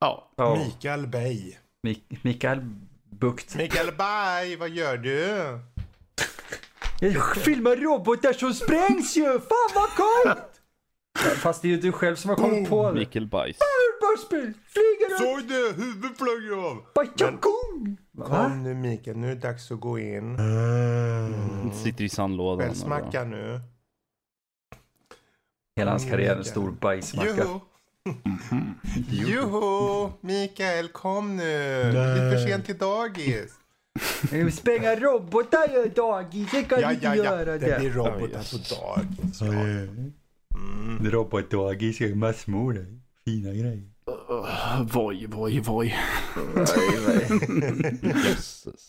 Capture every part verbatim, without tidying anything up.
Ja. Oh. Mikael Bay. Mik- Mikael Bukt. Mikael Bay, vad gör du? Jag filmar robotar som sprängs ju! Fan vad coolt! Fast det är ju du själv som har kommit på det. Mikael Bajs. Flyger upp! Såg du? Huvudet flög av! Bajakung! Kom nu Mikael, nu är det dags att gå in. Mm. Sitter i sandlådan. Kvällsmacka nu. Hela hans karriär är en stor bajsmacka. Joho! Joho! Mikael, kom nu! Det är för sent till dagis. Jag vill spränga robotar i dagis, det kan Ja, inte ja, ja. göra Det det. blir robotar på dagis. Ja. Mm. Robotdagis är massmor. Fina grejer. Uh, voj, voj, voj. Jösses.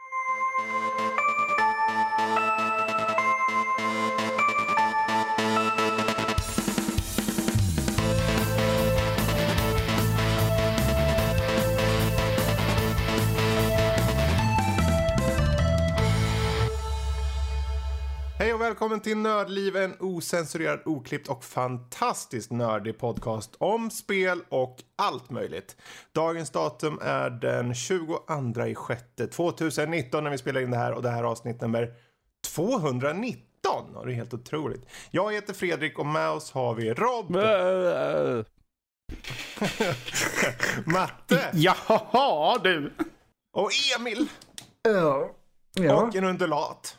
Hej och välkommen till Nördliv, en osensurerad, oklippt och fantastiskt nördig podcast om spel och allt möjligt. Dagens datum är den tjugoandra i sjätte tjugonitton när vi spelar in det här, och det här är avsnitt nummer tvåhundranitton. Och det är helt otroligt. Jag heter Fredrik och med oss har vi Rob. Matte. Jaha, du. Och Emil. Ja. Ja. Och en undulat.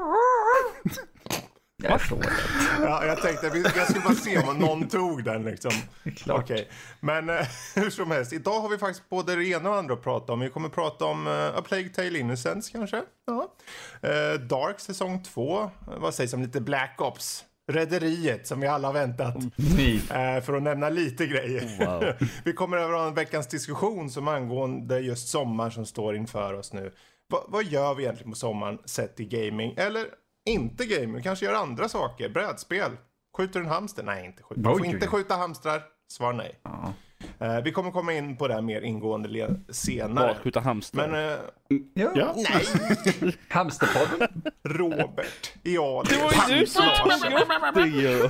Jag förstår det. Ja, jag tänkte, jag skulle bara se om någon tog den liksom. Klart. Okej, men eh, hur som helst. Idag har vi faktiskt både det ena och andra att prata om. Vi kommer prata om uh, A Plague Tale Innocence kanske. Ja. Uh, Dark säsong två. Uh, vad sägs om lite Black Ops? Rederiet som vi alla har väntat. Uh, för att nämna lite grejer. Wow. Vi kommer över en veckans diskussion som angående just sommar som står inför oss nu. Va, vad gör vi egentligen på sommaren sett i gaming? Eller inte gaming, kanske gör andra saker. Brädspel. Skjuter en hamster? Nej, inte skjuta. Får inte skjuta hamstrar. Svar nej. Ja. Uh, vi kommer komma in på det här mer ingående le- senare. Skjuta hamster. Men uh, Ja. Ja. nej, Hamsterpodden. Robert. Ja, Det var ju du som tog upp det ju.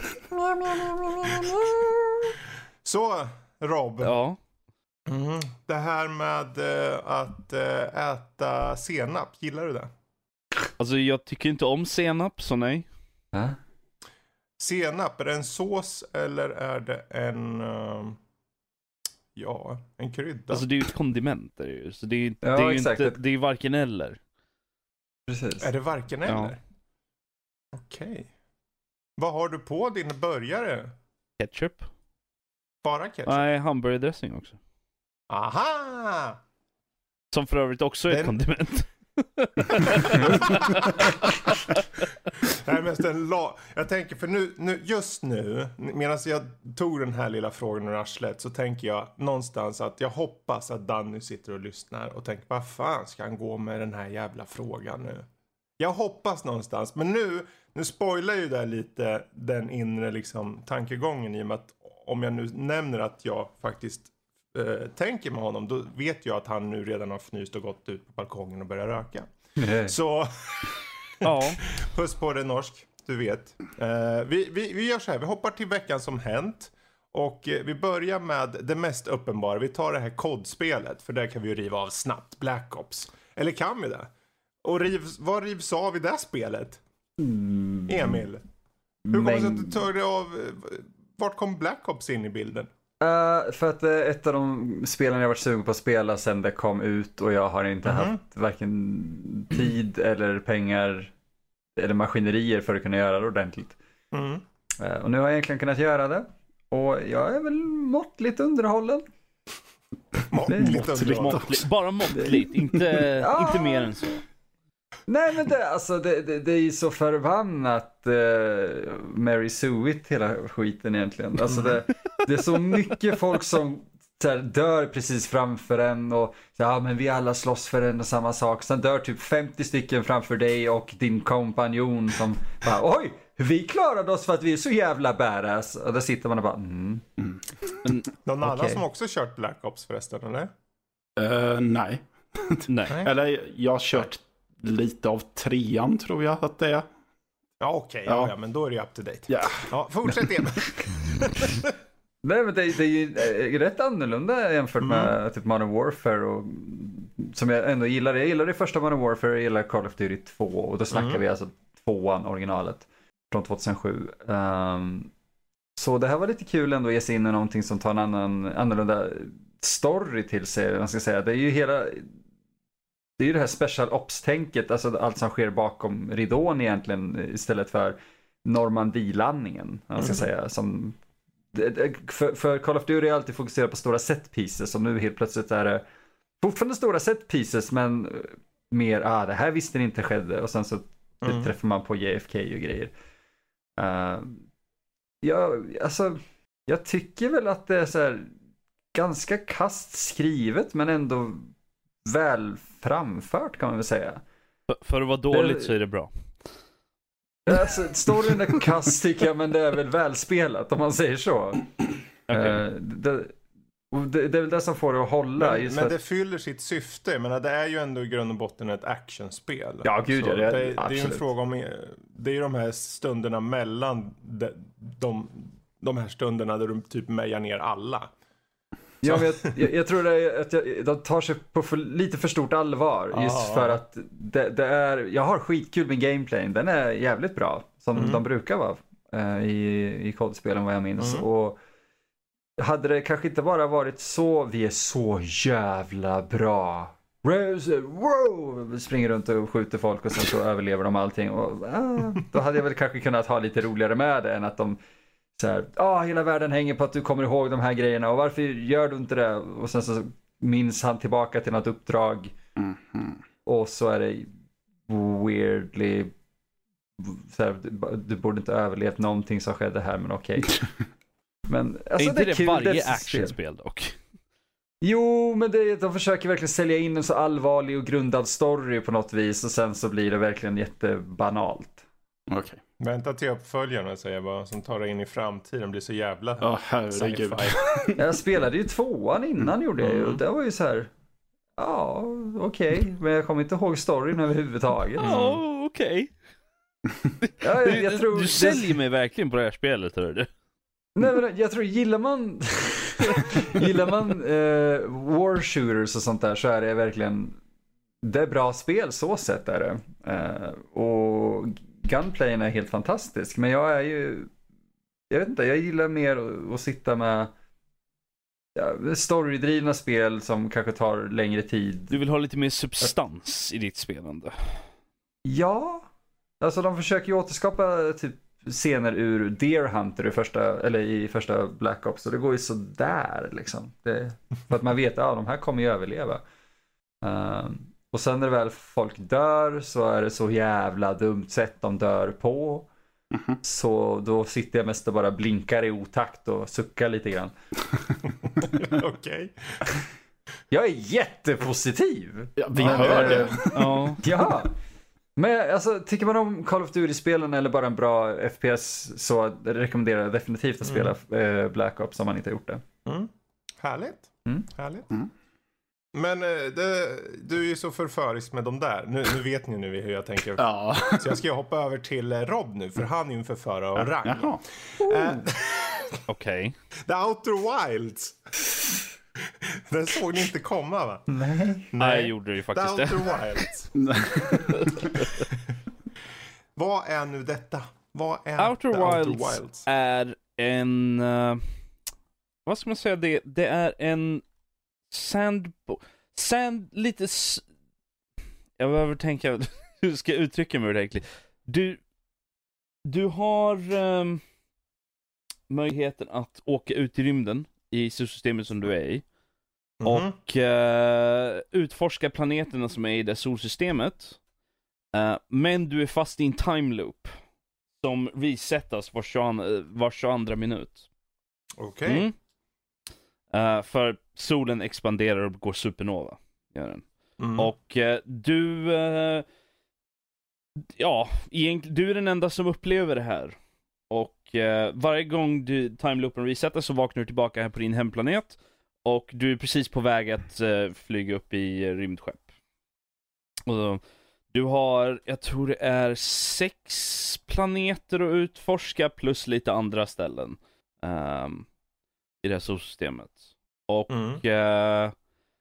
Så, Rob. Ja. Mm. Det här med uh, att uh, äta senap, gillar du det? Alltså jag tycker inte om senap, så nej. Ja. Senap, är det en sås eller är det en... Uh, ja, en krydda? Alltså det är ju ett kondiment där ju. Så det är ju Ja, det är ju exakt. inte, det är ju varken eller. Precis. Är det varken eller? Ja. Okej. Vad har du på din burgare? Ketchup? Bara ketchup? Nej, hamburgardressing också. Aha! Som för övrigt också är ett Den- kondiment. Det här är mest en la- jag tänker för nu, nu just nu medan jag tog den här lilla frågan ur arslet så tänker jag någonstans att jag hoppas att Danny sitter och lyssnar och tänker vad fan ska han gå med den här jävla frågan nu. Jag hoppas någonstans, men nu nu spoilar ju det lite den inre liksom tankegången i och med att om jag nu nämner att jag faktiskt eh, tänker med honom, då vet jag att han nu redan har fnyst och gått ut på balkongen och börjat röka. Så Ja. puss på det norsk, du vet. Uh, vi, vi, vi gör så här, vi hoppar till veckan som hänt. Och uh, vi börjar med det mest uppenbara. Vi tar det här kodspelet, för där kan vi ju riva av snabbt. Black Ops. Eller kan vi det? Och rivs, vad rivs av i det spelet? Mm. Emil? Hur kommer det sig Men- att du tog det av? uh, Vart kom Black Ops in i bilden? Uh, för att uh, ett av de spelen jag varit sugen på att spela sen det kom ut och jag har inte Mhm. haft varken tid eller pengar eller maskinerier för att kunna göra det ordentligt. Mm. Uh, och nu har jag egentligen kunnat göra det och jag är väl måttligt underhållen. Måttligt underbart. Måttligt. Bara måttligt, inte, Ja. inte mer än så. Nej men det, alltså, det, det, det är ju så förbannat uh, Mary Sue-it hela skiten egentligen. Alltså det, det är så mycket folk som så här, dör precis framför en och så, ja men vi alla slåss för en och samma sak. Sen dör typ femtio stycken framför dig och din kompanjon som bara, oj, vi klarade oss för att vi är så jävla badass. Och där sitter man och bara, mm. Men, Någon annan Okej. som också kört Black Ops förresten, eller? Uh, nej. nej. Nej. Eller jag har kört lite av trean tror jag att det är. Ja okej, ja. Ja. ja men då är det ju up to date. Ja. Ja, fortsätt igen. Nej, men det, det är ju eh, rätt annorlunda jämfört med Mm. typ Modern Warfare och som jag ändå gillar. Jag gillar det första Modern Warfare, jag gillar Call of Duty två och då snackar Mm. vi alltså tvåan, originalet från tjugohundrasju. Um, så det här var lite kul ändå att ge sig in i någonting som tar en annan, annorlunda story till sig. Man ska säga. Det är ju hela det är ju det här special ops-tänket, alltså allt som sker bakom ridån egentligen istället för Normandie-landningen, man ska Mm. säga, som För, för Call of Duty är alltid fokuserat på stora set pieces och nu helt plötsligt är det fortfarande stora set pieces men mer, ah det här visste ni inte skedde och sen så Mm. träffar man på J F K och grejer. Uh, ja, alltså jag tycker väl att det är så här ganska kast skrivet men ändå väl framfört kan man väl säga. För, för att vara dåligt Det- så är det bra. Alltså, storyn är kast tycker jag, men det är väl välspelat om man säger så. Okej. Eh, det, och det, det är väl det som får det att hålla. Men, just men för det att, fyller sitt syfte. Men det är ju ändå i grund och botten ett actionspel. Ja, gud, Så ja, det är- det, det är ju en absolut. fråga om... Det är ju de här stunderna mellan de, de, de här stunderna där du typ mejar ner alla. ja, men jag, jag, jag tror det är att jag, de tar sig på för, lite för stort allvar. Just Ja. för att det, det är, jag har skitkul med gameplayen. Den är jävligt bra. Som Mm. de brukar vara eh, i, i kodspelen vad jag minns. Mm. Och hade det kanske inte bara varit så, vi är så jävla bra. Rose, wow! Springer runt och skjuter folk och sen så överlever de allting. Och, ah, då hade jag väl kanske kunnat ha lite roligare med det än att de så här, ah, hela världen hänger på att du kommer ihåg de här grejerna och varför gör du inte det? Och sen så minns han tillbaka till något uppdrag Mhm. och så är det weirdly så här, du, du borde inte överlevt någonting som skedde här, men okej. Men är alltså, inte är det, kul, varje är ett spel. actionspel dock? Jo, men det, de försöker verkligen sälja in en så allvarlig och grundad story på något vis och sen så blir det verkligen jättebanalt. Okej. Vänta till uppföljarna säger jag bara. Som tar dig in i framtiden. Blir så jävla Ja, herregud. sci-fi. Jag spelade ju tvåan innan gjorde jag ju och det var ju så här. Ja, okej, men jag kommer inte ihåg storyn överhuvudtaget. Ja, okej. Ja, jag, jag Du, tror du säljer mig verkligen på det här spelet, hör du. Nej, men jag tror gillar man gillar man eh, war shooters och sånt där så är det verkligen det är bra spel så sett är det. Eh, och gunplayen är helt fantastisk, men jag är ju jag vet inte, jag gillar mer att, att sitta med ja, storydrivna spel som kanske tar längre tid. Du vill ha lite mer substans i ditt spelande. Ja, alltså de försöker ju återskapa typ scener ur Deer Hunter i första, eller i första Black Ops och det går ju så där liksom. Det, för att man vet att ja, de här kommer ju överleva. Um, och sen när väl folk dör så är det så jävla dumt sätt de dör på. Mhm. Så då sitter jag mest och bara blinkar i otakt och suckar lite grann. Okej. Jag är jättepositiv! Ja, vi Men, hör eh, det. Ja. Ja, men alltså tycker man om Call of Duty-spelen eller bara en bra F P S så rekommenderar jag definitivt att spela eh, Black Ops om man inte har gjort det. Mm. Härligt. Mm. Härligt. Mm. Men eh, det, du är ju så förförisk med de där. Nu, nu vet ni nu hur jag tänker. Ja. Så jag ska hoppa över till eh, Rob nu. För han är ju en förförare av rang. Jaha. Eh, Okej. The Outer Wilds. Den såg ni inte komma va? Nej. Nej, jag gjorde det ju The faktiskt det. Outer Wilds. Vad är nu detta? Vad är Outer The Wilds, är en... eh, vad ska man säga? Det, det är en sand... Sand... Lite... S- jag behöver tänka... Hur ska jag uttrycka mig ordentligt? Du... Du har um, möjligheten att åka ut i rymden i solsystemet som du är i. Mhm. Och uh, utforska planeterna som är i det solsystemet. Uh, men du är fast i en time loop som resetas var tjugoandra, var tjugoandra minut. Okej. Mm. Uh, för solen expanderar och går supernova. Gör den. Mm. Och uh, du... Uh, ja, egentligen, du är den enda som upplever det här. Och uh, varje gång du timeloopen resetas så vaknar du tillbaka här på din hemplanet. Och du är precis på väg att uh, flyga upp i uh, rymdskepp. Och då, du har, jag tror det är sex planeter att utforska plus lite andra ställen. Um, i det här solsystemet. Och Mm. eh,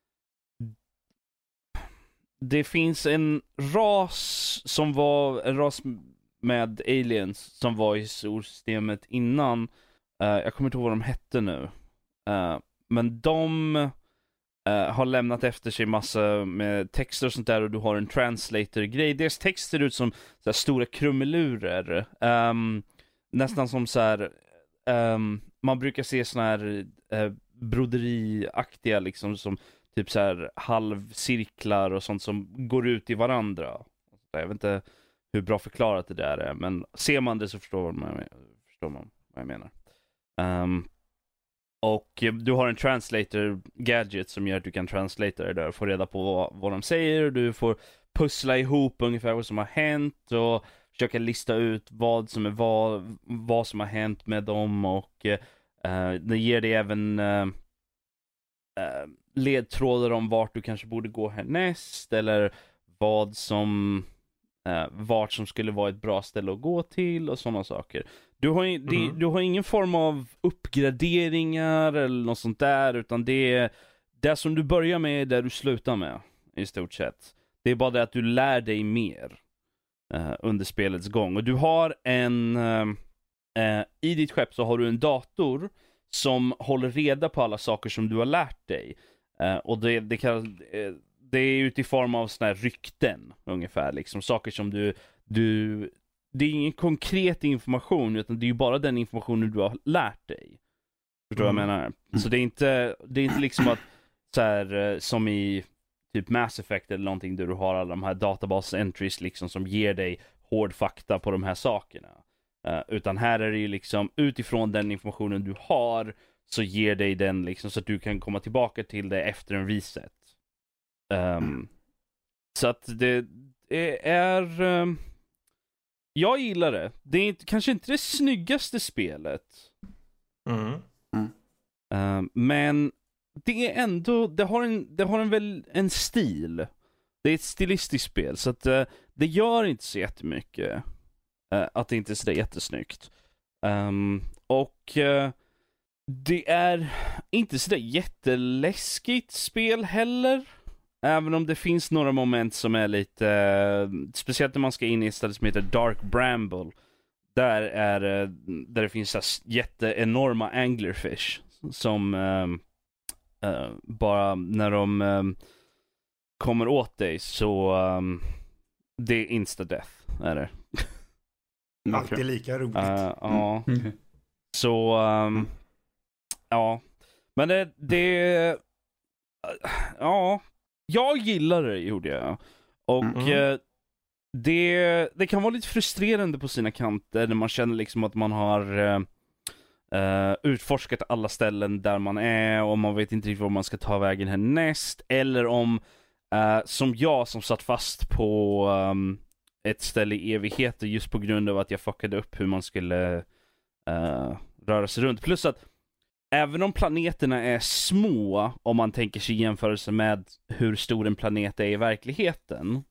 det finns en ras som var en ras med aliens som var i solsystemet innan. Uh, jag kommer inte ihåg vad de hette nu. Uh, men de uh, har lämnat efter sig massa med texter och sånt där, och du har en translator-grej. Deras text ser ut som så här stora krumelurer. Um, nästan som så här um, man brukar se såna här uh, broderiaktiga liksom, som typ så här halvcirklar och sånt som går ut i varandra. Jag vet inte hur bra förklarat det där är, men ser man det så förstår man, förstår man vad jag menar. Um, och du har en translator gadget som gör att du kan translata det där och få reda på vad, vad de säger. Du får pussla ihop ungefär vad som har hänt och försöka lista ut vad som är vad, vad som har hänt med dem, och uh, det ger dig även uh, uh, ledtrådar om vart du kanske borde gå härnäst, eller vad som uh, vart som skulle vara ett bra ställe att gå till och sådana saker. Du har, mm. det, du har ingen form av uppgraderingar eller något sånt där, utan det är det som du börjar med, där du slutar med i stort sett. Det är bara det att du lär dig mer uh, under spelets gång. Och du har en uh, uh, i ditt skepp så har du en dator som håller reda på alla saker som du har lärt dig. Uh, och det, det, kan, uh, det är ut i form av såna här rykten ungefär, liksom saker som du du det är ingen konkret information, utan det är ju bara den informationen du har lärt dig. Förstår du mm. vad jag menar? Så det är inte det är inte liksom att så här, som i typ Mass Effect eller någonting, där du har alla de här database entries liksom som ger dig hård fakta på de här sakerna. Uh, utan här är det ju liksom utifrån den informationen du har, så ger dig den liksom så att du kan komma tillbaka till det efter en reset. Um, så att det, det är um, jag gillar det. Det är inte, kanske inte det snyggaste spelet. Mm. Mm. Uh, men det är ändå, det har en, det har en väl en stil. Det är ett stilistiskt spel, så att uh, det gör inte så jättemycket uh, att det inte är så jättesnyggt. Um, och uh, det är inte så där jätteläskigt spel heller. Även om det finns några moment som är lite uh, speciellt när man ska in i ett ställe som heter Dark Bramble. Där är uh, där det finns uh, jätteenorma anglerfish som um, uh, bara när de um, kommer åt dig så um, det är insta-death är det. Alltid lika roligt. Uh, ja. Mm. Så um, ja. Men det, det uh, ja. Jag gillar det, gjorde jag. Och Mm. uh, det, det kan vara lite frustrerande på sina kanter när man känner liksom att man har uh, uh, utforskat alla ställen där man är och man vet inte riktigt var man ska ta vägen härnäst. Eller om, uh, som jag som satt fast på um, ett ställe i evigheter just på grund av att jag fuckade upp hur man skulle uh, röra sig runt. Plus att även om planeterna är små, om man tänker sig i jämförelse med hur stor en planet är i verkligheten,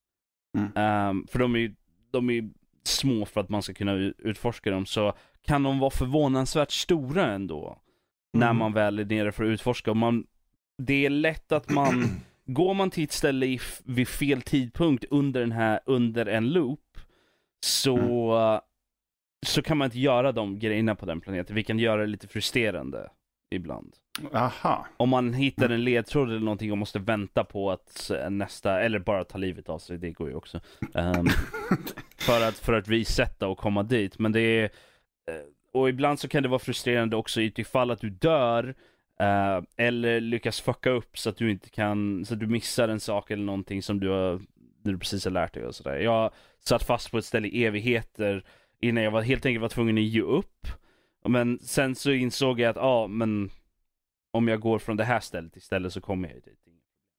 mm. um, för de är ju de är små för att man ska kunna utforska dem, så kan de vara förvånansvärt stora ändå mm. när man väl är nere för att utforska. Och man, det är lätt att man går man till ett ställe i, vid fel tidpunkt under den här under en loop, så mm. så kan man inte göra de grejerna på den planeten. Vi kan göra det lite frustrerande ibland. Aha. Om man hittar en ledtråd eller någonting och måste vänta på att nästa, eller bara ta livet av sig, det går ju också. Um, för att för att resetta och komma dit. Men det är, och ibland så kan det vara frustrerande också utifall att du dör uh, eller lyckas fucka upp så att du inte kan, så att du missar en sak eller någonting som du har, du precis har lärt dig och sådär. Jag satt fast på ett ställe i evigheter innan jag var helt enkelt var tvungen att ge upp. Men sen så insåg jag att ja, ah, men om jag går från det här stället istället så kommer jag dit.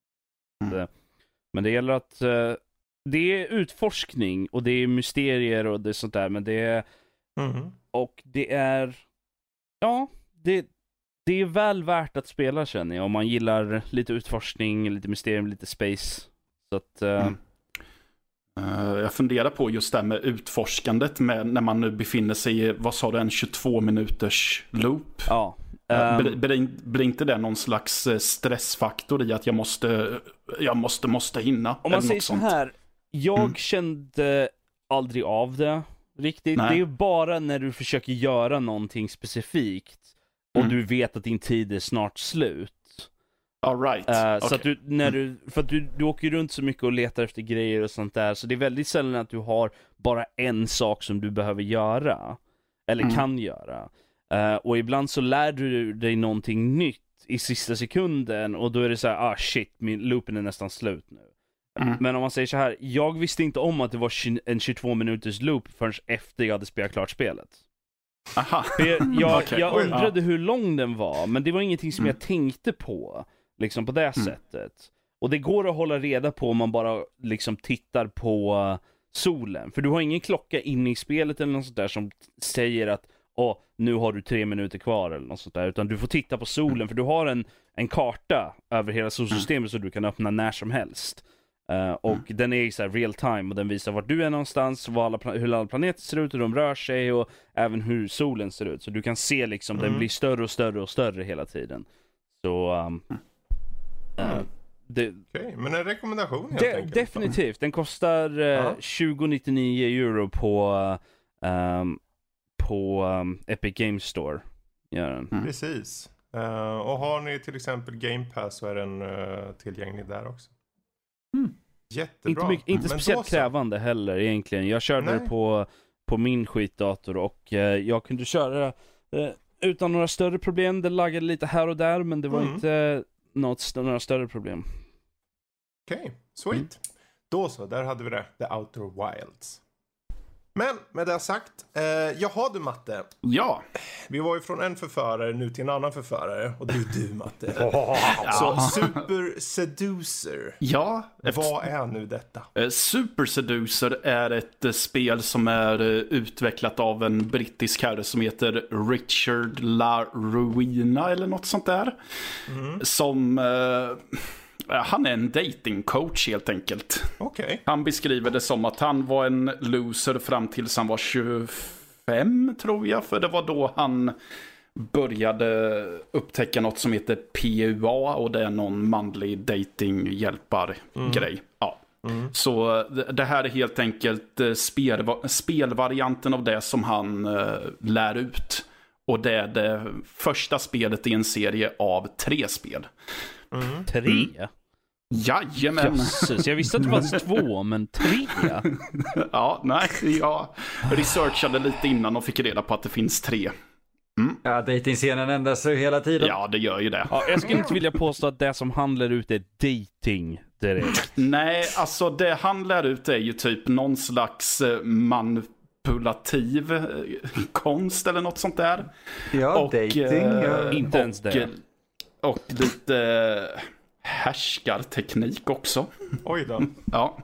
Mm. Men det gäller att uh, det är utforskning och det är mysterier och det är sånt där, men det är Mm. och det är ja, det det är väl värt att spela, känner jag, om man gillar lite utforskning, lite mysterium, lite space. Så att uh, mm. Uh, jag funderar på just det här med utforskandet med när man nu befinner sig i, vad sa du, en tjugotvå minuters loop. Ja. Uh, Um, blir, blir inte det någon slags stressfaktor i att jag måste, jag måste, måste hinna? Om man säger så här, jag mm. kände aldrig av det riktigt. Nej. Det är bara när du försöker göra någonting specifikt och mm. du vet att din tid är snart slut. All right. Uh, okay. Så att du, när du, för att du, du åker runt så mycket och letar efter grejer och sånt där, så det är väldigt sällan att du har bara en sak som du behöver göra. Eller mm. kan göra. Uh, och ibland så lär du dig någonting nytt i sista sekunden och då är det så här, ah shit, min loopen är nästan slut nu. Mm. Men om man säger så här, jag visste inte om att det var en tjugotvå minuters loop förrän efter jag hade spelat klart spelet. Aha. Jag, jag, okay. jag undrade hur lång den var, men det var ingenting som mm. jag tänkte på liksom på det mm. sättet. Och det går att hålla reda på om man bara liksom tittar på solen. För du har ingen klocka inne i spelet eller något sånt där som säger att åh, nu har du tre minuter kvar eller något sånt där. Utan du får titta på solen, för du har en, en karta över hela solsystemet mm. så du kan öppna när som helst. Uh, och mm. den är i så här real time och den visar vart du är någonstans, vad alla, hur alla planeter ser ut, hur de rör sig och även hur solen ser ut. Så du kan se liksom, mm. den blir större och större och större hela tiden. Så um, uh, det, okay, men en rekommendation helt de, enkelt. Definitivt, den kostar uh, tjugo nittionio euro på um, på um, Epic Games Store. Gör den. Mm. Precis. Uh, och har ni till exempel Game Pass så är den uh, tillgänglig där också. Mm. Jättebra. Inte, mycket, inte speciellt krävande heller egentligen. Jag körde Nej. det på, på min skitdator och uh, jag kunde köra uh, utan några större problem. Det laggade lite här och där, men det var mm. inte uh, något, några större problem. Okej, okay. Sweet. Mm. Då så, där hade vi det. The Outer Wilds. Men med det sagt, eh, jaha du Matte. Ja. Vi var ju från en förförare nu till en annan förförare. Och det är du Matte. Oh, så Super Seducer. Ja. Vad är nu detta? Eh, Super Seducer är ett eh, spel som är eh, utvecklat av en brittisk herre som heter Richard LaRuina eller något sånt där. Mm. Som... Eh, Han är en datingcoach helt enkelt. Okay. Han beskriver det som att han var en loser fram tills han var tjugofem tror jag. För det var då han började upptäcka något som heter P U A. Och det är någon manlig datinghjälpar-grej. Mm. Ja. Mm. Så det här är helt enkelt spel, spelvarianten av det som han uh, lär ut. Och det är det första spelet i en serie av tre spel. Mm. Tre? Mm. Jajamän. Jesus, jag visste att det var två, men tre? Ja, nej, jag researchade lite innan och fick reda på att det finns tre. Mm. Ja, datingscenen ändras ju hela tiden. Ja, det gör ju det. Ja, jag skulle inte vilja påstå att det som handlar ut är dating direkt. Nej, alltså det han lär ut är ju typ någon slags manipulativ konst eller något sånt där. Ja, och, dating. Ja. Inte ens det. Och lite härskarteknik också. Oj då. Ja.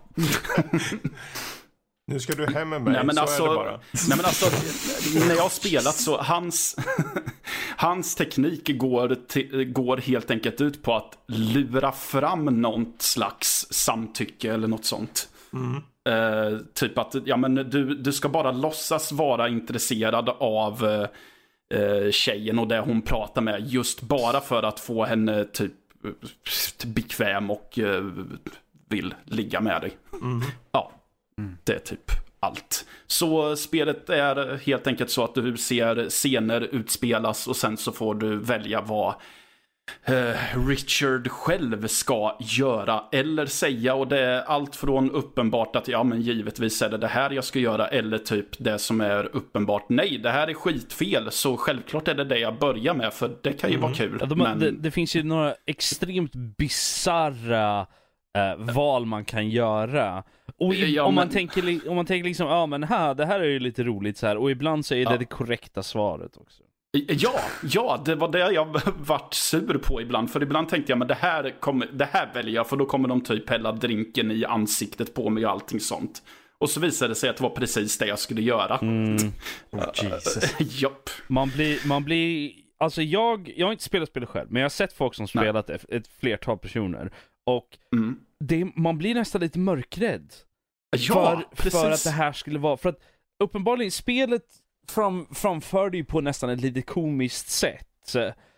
Nu ska du hem med mig, nej, men så alltså, är det bara. Nej men alltså, när jag har spelat så, hans, hans teknik går, till, går helt enkelt ut på att lura fram något slags samtycke eller något sånt. Mm. Uh, typ att, ja men du, du ska bara låtsas vara intresserad av... Uh, tjejen och det hon pratar med just bara för att få henne typ bekväm och uh, vill ligga med dig. Mm. Ja, mm. Det är typ allt. Så spelet är helt enkelt så att du ser scener utspelas och sen så får du välja vad Uh, Richard själv ska göra eller säga, och det är allt från uppenbart att ja men givetvis är det det här jag ska göra, eller typ det som är uppenbart nej, det här är skitfel, så självklart är det det jag börjar med, för det kan ju mm. vara kul. Ja, de, men... det, det finns ju några extremt bizarra uh, val man kan göra. Och i, ja, om, man men... tänker, om man tänker liksom, ja men här, det här är ju lite roligt så här, och ibland så är det ja. det korrekta svaret också. Ja, ja, det var det jag varit sur på ibland. För ibland tänkte jag, men det här, kommer, det här väljer jag, för då kommer de typ hälla drinken i ansiktet på mig och allting sånt. Och så visade det sig att det var precis det jag skulle göra. Mm. Oh, Jesus. Japp. Man blir, man blir, alltså jag, jag har inte spelat spelet själv, men jag har sett folk som spelat ett, ett flertal personer. Och mm. det, man blir nästan lite mörkrädd. Ja, för, precis. För att det här skulle vara, för att uppenbarligen spelet Fram, framför det ju på nästan ett lite komiskt sätt.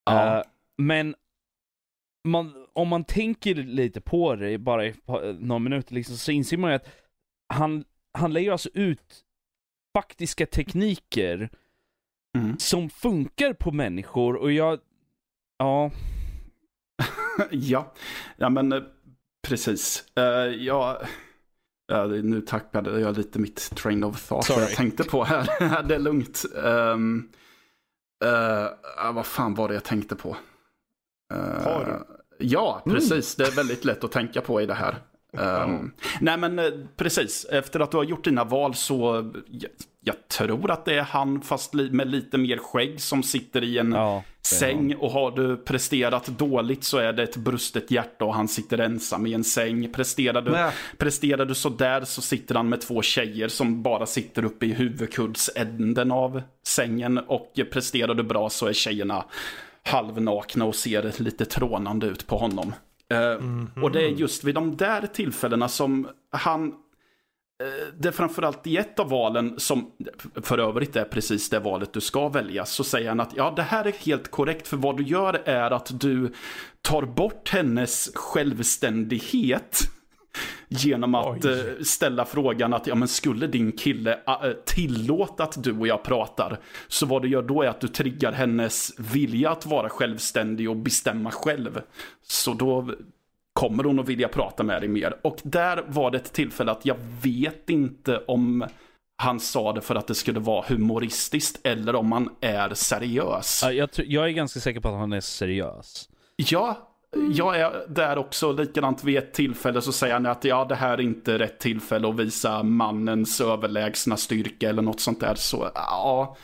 Ja. Uh, men man, om man tänker lite på det bara i några minuter liksom, så inser man ju att han, han lägger alltså ut faktiska tekniker mm. som funkar på människor, och jag ja ja, ja men precis. Uh, ja, uh, nu tappade jag lite mitt train of thought. Sorry. Jag tänkte på här. Det är lugnt. Um, uh, vad fan var det jag tänkte på? Uh, ja, precis. Mm. Det är väldigt lätt att tänka på i det här. Um, nej men precis, efter att du har gjort dina val så jag, jag tror att det är han, fast li, med lite mer skägg, som sitter i en ja, säng, och har du presterat dåligt så är det ett brustet hjärta och han sitter ensam i en säng. Presterar du, presterar du så där så sitter han med två tjejer som bara sitter uppe i huvudkuddsänden av sängen, och presterar du bra så är tjejerna halvnakna och ser lite trånande ut på honom. Uh, mm-hmm. Och det är just vid de där tillfällena som han, uh, det är framförallt i ett av valen, som för övrigt är precis det valet du ska välja, så säger han att ja, det här är helt korrekt, för vad du gör är att du tar bort hennes självständighet genom att uh, ställa frågan att ja, men skulle din kille uh, tillåta att du och jag pratar, så vad du gör då är att du triggar hennes vilja att vara självständig och bestämma själv, så då kommer hon att vilja prata med dig mer. Och där var det ett tillfälle att jag vet inte om han sa det för att det skulle vara humoristiskt eller om han är seriös. uh, jag, jag är ganska säker på att han är seriös. Ja, jag är där också. Likadant vid ett tillfälle så säger han att ja, det här är inte rätt tillfälle att visa mannens överlägsna styrka eller något sånt där. Så ja,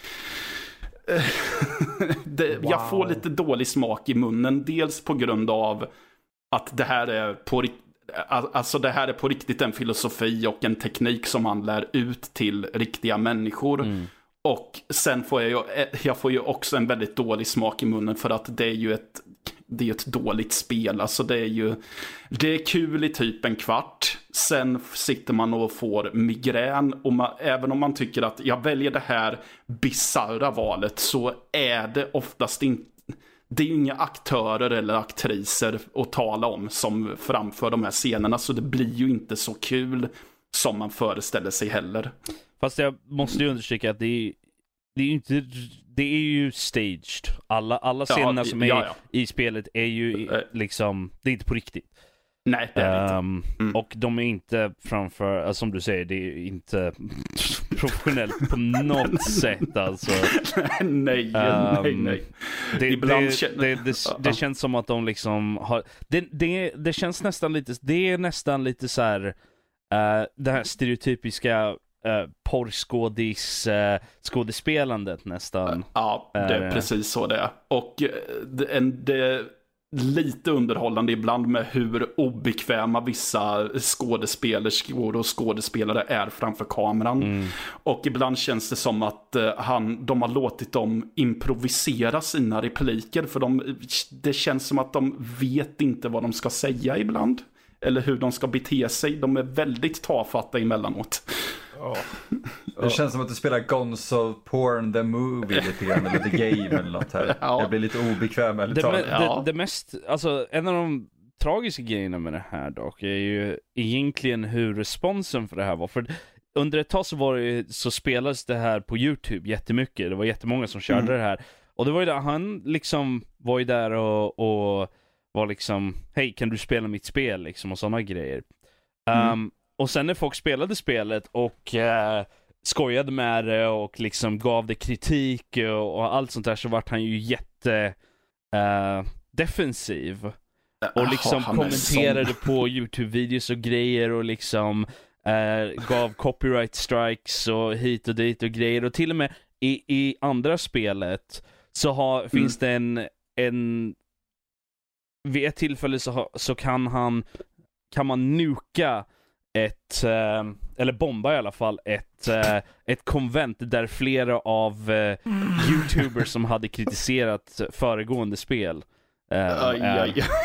det, wow. Jag får lite dålig smak i munnen. Dels på grund av att det här är på, alltså det här är på riktigt en filosofi och en teknik som han lär ut till riktiga människor. Mm. Och sen får jag ju, jag får ju också en väldigt dålig smak i munnen för att det är ju ett det är ett dåligt spel. Alltså det är ju det är kul i typ en kvart. Sen sitter man och får migrän, och man, även om man tycker att jag väljer det här bizarra valet, så är det oftast inte, det är ju inga aktörer eller aktriser att tala om som framför de här scenerna, så det blir ju inte så kul som man föreställer sig heller. Fast jag måste ju understryka att det är, det är ju inte, det är ju staged. Alla, alla scenerna ja, som är ja, ja. i spelet är ju liksom, det är inte på riktigt. Nej, det är det um, inte. Mm. Och de är inte framför, alltså, som du säger, det är inte professionellt på något sätt alltså. nej, um, nej, nej. Det, Ibland det, känner... det, det, det, det känns som att de liksom har, det, det, det känns nästan lite, det är nästan lite så här, uh, det här stereotypiska Uh, porrskådis uh, skådespelandet nästan. Ja, det är uh, precis så det är. Och det, det är lite underhållande ibland med hur obekväma vissa skådespelerskor och skådespelare är framför kameran. Mm. Och ibland känns det som att uh, han, de har låtit dem improvisera sina repliker, för de, det känns som att de vet inte vad de ska säga ibland. Eller hur de ska bete sig. De är väldigt tafatta emellanåt. Oh. Det känns som att du spelar Gonzo Porn the Movie lite grann, eller The Game eller något här. Ja. Jag blir lite obekväm eller det, det, ja. det mest, alltså en av de tragiska grejerna med det här dock är ju egentligen hur responsen för det här var. För under ett tag så var det, så spelades det här på YouTube jättemycket. Det var jättemånga som körde mm. det här. Och det var ju där han liksom var ju där och, och var liksom, hej, kan du spela mitt spel liksom, och sådana grejer. Mm. Um, och sen när folk spelade spelet och uh, skojade med det och liksom gav det kritik och, och allt sånt där, så vart han ju jätte uh, defensiv och liksom oh, kommenterade på YouTube-videos och grejer och liksom uh, gav copyright strikes och hit och dit och grejer. Och till och med i, i andra spelet så har, mm. finns det en, en vid ett tillfälle så, ha, så kan han kan man nuka ett eh, eller bomba i alla fall ett eh, ett konvent där flera av eh, YouTubers som hade kritiserat föregående spel eh, aj, aj, aj.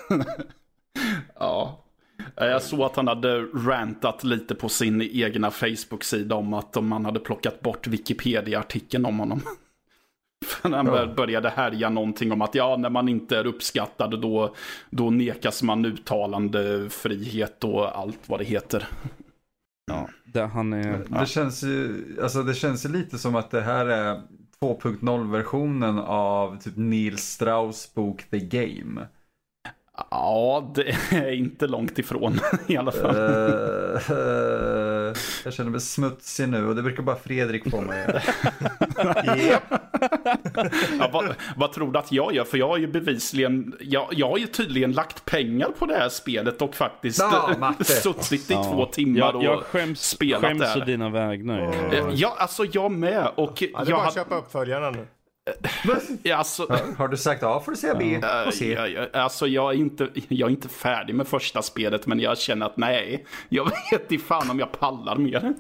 Ja. Jag såg att han hade rantat lite på sin egna Facebook-sida om att om man hade plockat bort Wikipedia-artikeln om honom. För när han Ja. började härja någonting om att ja, när man inte är uppskattad då, då nekas man uttalande frihet och allt vad det heter. Ja, det, han är... Det, ja. känns ju, alltså det känns ju lite som att det här är två punkt noll-versionen av typ Neil Strauss bok The Game. Ja, det är inte långt ifrån i alla fall. Uh, uh, jag känner mig smutsig nu och det brukar bara Fredrik få mig. Yep. Ja, vad, vad tror du att jag gör? För jag har ju bevisligen, jag, jag har ju tydligen lagt pengar på det här spelet och faktiskt ja, suttit i ja. två timmar jag, och jag skäms, spelat skäms där. å dina vägnar. Oh. Ja, alltså jag med. Och ja, det är jag bara att hade... köpa uppföljarna nu. Ja, alltså... har, har du sagt A får du säga B ja. och C. Ja, ja, alltså jag är, inte, jag är inte färdig med första spelet, men jag känner att nej, jag vet inte fan om jag pallar mer.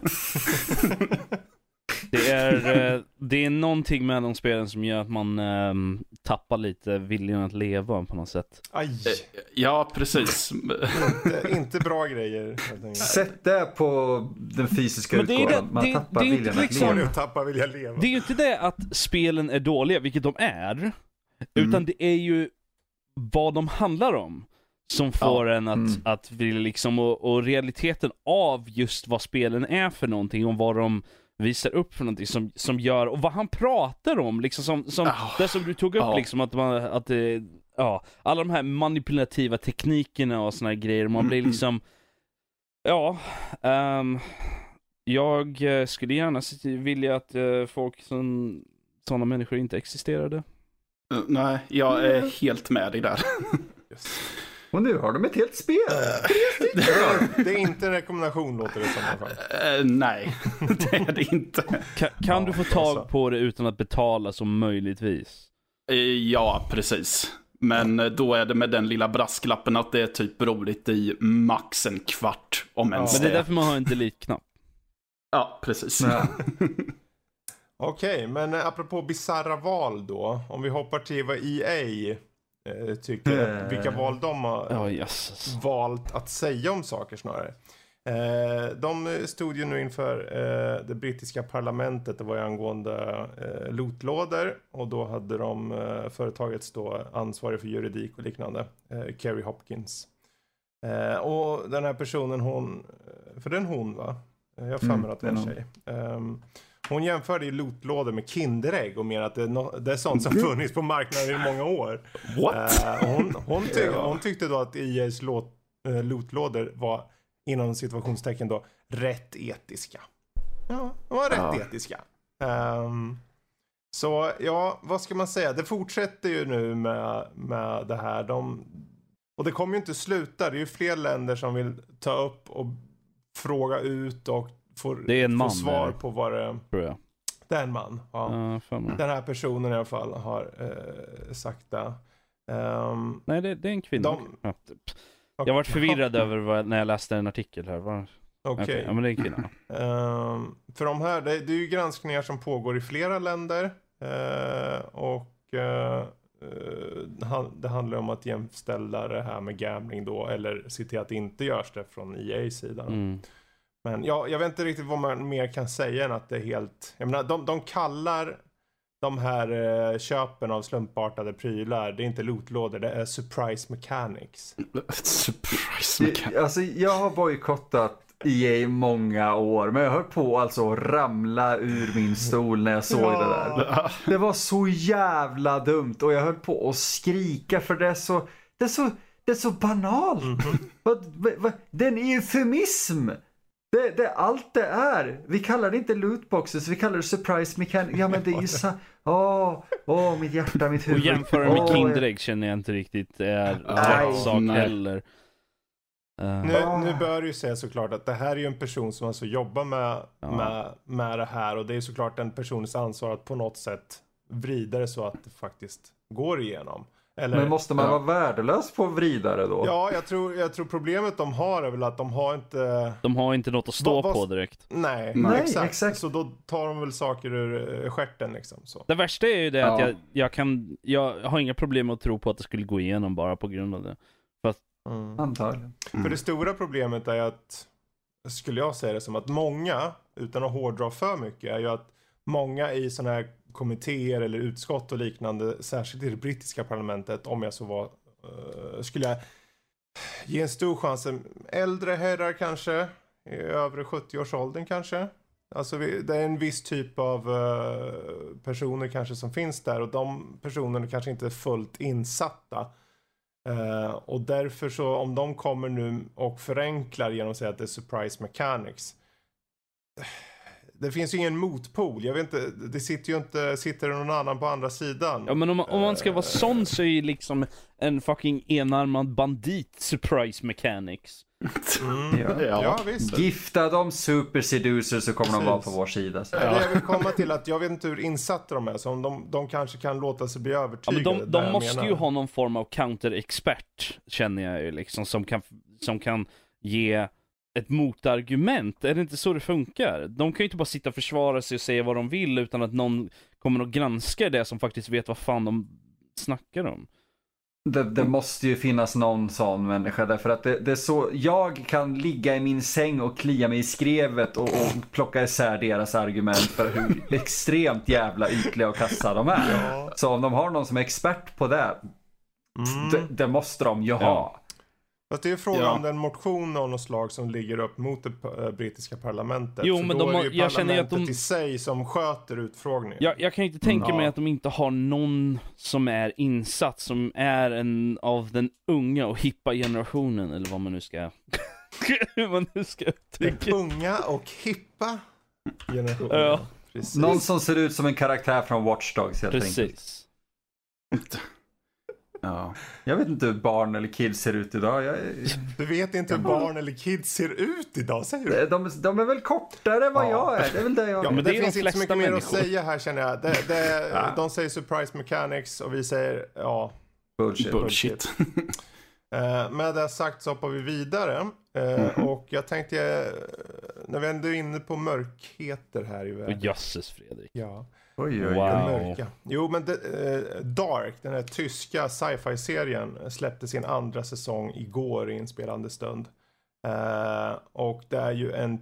Det är, det är någonting med de spelen som gör att man ähm, tappar lite viljan att leva på något sätt. Aj. Ja, precis. inte, inte bra grejer. Sätt det på den fysiska Men det är utgåvan. det- Man det- tappar det är inte viljan att liksom- leva. Nu tappar vill jag leva. Det är ju inte det att spelen är dåliga, vilket de är, Mm. utan det är ju vad de handlar om som får en att, Mm. att vilja liksom, och, och realiteten av just vad spelen är för någonting och vad de visar upp för någonting som, som gör, och vad han pratar om liksom, som, som Oh. det som du tog upp Oh. liksom, att man, att det, ja, alla de här manipulativa teknikerna och såna här grejer, man blir Mm. liksom, ja, ehm, jag eh, skulle gärna se- vilja att eh, folk som sådana människor inte existerade. Nej, jag är helt med dig där. Yes. Och nu har de ett helt spel. Det är inte en rekommendation låter det som i alla fall. Uh, nej, det är det inte. Kan, kan Ja, du få då tag så. på det utan att betala som möjligtvis? Uh, ja, precis. Men uh, då är det med den lilla brasklappen att det är typ roligt i max en kvart, om ens Men det är det. därför man har en delete-knapp. Ja, precis. Ja. Okej, men eh, apropå bizarra val då. Om vi hoppar till vad E A eh, tycker, Eh. vilka val de har Ja, jösses. valt att säga om saker snarare. Eh, de stod ju nu inför eh, det brittiska parlamentet, det var ju angående eh, lootlådor, och då hade de eh, företagets då ansvarig för juridik och liknande, eh, Kerry Hopkins. Eh, och den här personen, hon, för den hon va? Jag har för mig Mm, att det är en det är tjej. Um, hon jämförde ju lootlådor med Kinderägg och menar att det är, no- det är sånt som funnits på marknaden i många år. What? Eh, hon, hon, tyck, Ja. hon tyckte då att E A:s låt, äh, lootlådor var inom situationstecken då rätt etiska. Ja, de var rätt Ja. etiska. Ehm, så ja, vad ska man säga? Det fortsätter ju nu med, med det här. De, och det kommer ju inte sluta. Det är ju fler länder som vill ta upp och fråga ut och få, Det är en få man, svar där. på vad det, Tror jag. det är en man. Ja. Ja, fan mig. Den här personen i alla fall har eh, sagt det. Ehm, Nej, det, det är en kvinna. De- Ja, typ. Jag varit förvirrad över vad, när jag läste en artikel här. Var... Okej. Okej, ja, men det är en kvinna. Ehm, för de här, det, det är ju granskningar som pågår i flera länder. Eh, och eh, det han- det handlar om att jämställa det här med gambling då. Eller se till att det inte görs det från E A:s sida. Mm. Men ja, jag vet inte riktigt vad man mer kan säga än att det är helt... Jag menar, de, de kallar de här eh, köpen av slumpartade prylar, det är inte lootlådor, det är surprise mechanics. Surprise. Det- Alltså, jag har bojkottat E A i många år, men jag höll på alltså att ramla ur min stol när jag såg det där. Det var så jävla dumt och jag höll på att skrika för det är så, det är så, det är så banalt. Mhm. Vad, vad, vad, det är en eufemism. Det, det är allt det är. Vi kallar det inte lootboxes, vi kallar det surprise mechanic. Ja, men det är ju så. Åh, åh, mitt hjärta, mitt Och huvud. jämföra med Åh, Kinderägg känner jag inte riktigt är Nej. rätt sak Nej. heller. Uh, Nu, Ah. nu bör ju säga såklart att det här är ju en person som alltså jobbar med, Ja. med, med det här, och det är såklart en persons ansvar att på något sätt vrida det så att det faktiskt går igenom. Eller, Men måste man Ja. vara värdelös på att vrida det då? Ja, jag tror, jag tror problemet de har är väl att de har inte... de har inte något att stå Vad- vad- på direkt. Nej, Nej, exakt. exakt. Så då tar de väl saker ur eh, stjärten liksom så. Det värsta är ju det att Ja. jag, jag kan, jag har inga problem med att tro på att det skulle gå igenom bara på grund av det. Mm. Antagligen. För det stora problemet är att, skulle jag säga det som, att många, utan att hårdra för mycket, är ju att många i sådana här kommittéer eller utskott och liknande, särskilt i det brittiska parlamentet, om jag så var, uh, skulle jag ge en stor chans. Äldre herrar kanske, i övre sjuttio-årsåldern kanske. Alltså vi, det är en viss typ av uh, personer kanske som finns där, och de personerna kanske inte är fullt insatta. Uh, och därför så, om de kommer nu och förenklar genom att säga att det är surprise mechanics, det finns ju ingen motpol. Jag vet inte, det sitter ju inte, sitter det någon annan på andra sidan. Ja, men om man, om man ska vara sån så är ju liksom en fucking enarmad bandit surprise mechanics. Mm. Ja. Ja. Ja, visst. Gifta dem super seducers så kommer Precis. de vara på vår sida. Så. Ja. Det jag vill komma till att jag vet inte hur insatta de är, så om de, de kanske kan låta sig bli övertygade. Ja, men de de måste menar. ju ha någon form av counter-expert, känner jag ju liksom, som kan, som kan ge ett motargument. Är det inte så det funkar? De kan ju inte bara sitta och försvara sig och säga vad de vill utan att någon kommer att granska det som faktiskt vet vad fan de snackar om. Det, det måste ju finnas någon sån människa, därför att det, det är så, jag kan ligga i min säng och klia mig i skrevet och, och plocka isär deras argument för hur extremt jävla ytliga och kassa de är. Ja. Så om de har någon som är expert på det, mm. det, det måste de ju ha. Ja. Fast det är frågan Ja. om den motion av något slag som ligger upp mot det brittiska parlamentet. Jo, för men då de har- är det ju jag känner ju att parlamentet de- i sig som sköter utfrågningen. Jag, jag kan ju inte tänka Ja. mig att de inte har någon som är insatt, som är en av den unga och hippa generationen, eller vad man nu ska hur man nu ska uttrycka. Den unga och hippa generationen. Ja. Precis. Någon som ser ut som en karaktär från Watch Dogs helt enkelt. Precis. Ja. Jag vet inte hur barn eller kids ser ut idag. Jag, Du vet inte hur barn eller kids ser ut idag, säger du? de, de är väl kortare än vad Ja. jag är. Det är väl det jag... Ja, men det det, är de finns inte så flesta mycket mer människor. att säga här, känner jag. Det, det, Ja. De säger surprise mechanics och vi säger, ja, Bullshit. Bullshit. Eh, med det sagt så hoppar vi vidare. Eh, och jag tänkte, eh, när vi ändå är inne på mörkheter här i Och världen. jösses, Fredrik. Ja, Oj, oj, oj. Wow. mörka. Jo, men det, eh, Dark, den här tyska sci-fi-serien, släppte sin andra säsong igår i inspelande stund. Eh, och det är ju en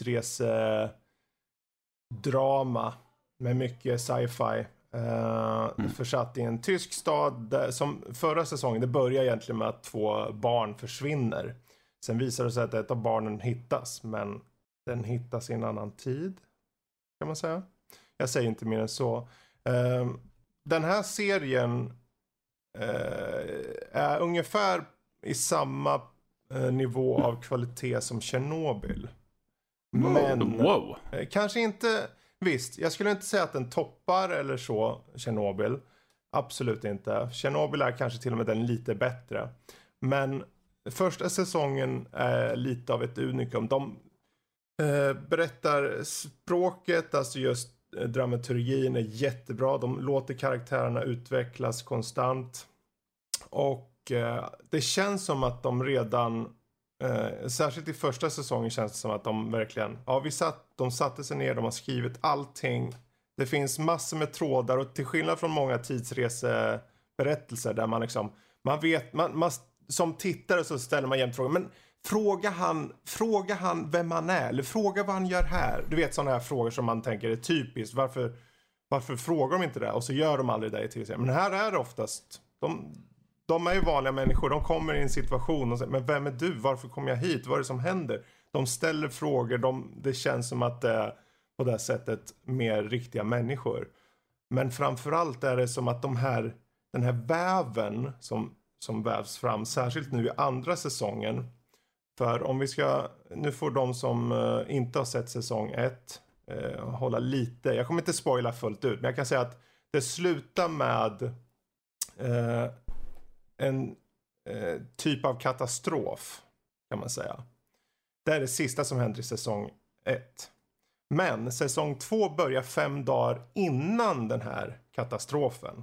tidsresedrama med mycket sci-fi. Uh, mm. Försatt i en tysk stad där, som förra säsongen, det börjar egentligen med att två barn försvinner. Sen visar det sig att ett av barnen hittas, men den hittas i en annan tid, kan man säga. Jag säger inte mer än så. Uh, den här serien uh, är ungefär i samma uh, nivå av kvalitet som Chernobyl. Men Wow. uh, kanske inte... Visst, jag skulle inte säga att den toppar eller så Chernobyl. Absolut inte. Chernobyl är kanske till och med den lite bättre. Men första säsongen är lite av ett unikum. De eh, berättar språket, alltså just eh, dramaturgin är jättebra. De låter karaktärerna utvecklas konstant. Och eh, det känns som att de redan... Uh, särskilt i första säsongen känns det som att de verkligen, ja vi satt, de satte sig ner, de har skrivit allting. Det finns massor med trådar och till skillnad från många tidsreseberättelser där man liksom, man vet, man, man, som tittare så ställer man jämt frågan, men fråga han, fråga han vem han är eller fråga vad han gör här. Du vet sådana här frågor som man tänker är typiskt, varför, varför frågar de inte det? Och så gör de aldrig det i tv-serien. Men här är det oftast, de... De är ju vanliga människor, de kommer i en situation och säger, men vem är du? Varför kom jag hit? Vad är det som händer? De ställer frågor, de, det känns som att det är på det här sättet mer riktiga människor. Men framförallt är det som att de här, den här väven som, som vävs fram, särskilt nu i andra säsongen. För om vi ska, nu får de som uh, inte har sett säsong ett uh, hålla lite, jag kommer inte spoila fullt ut, men jag kan säga att det slutar med... Uh, en eh, typ av katastrof, kan man säga. Det är det sista som händer i säsong ett. Men säsong två börjar fem dagar innan den här katastrofen.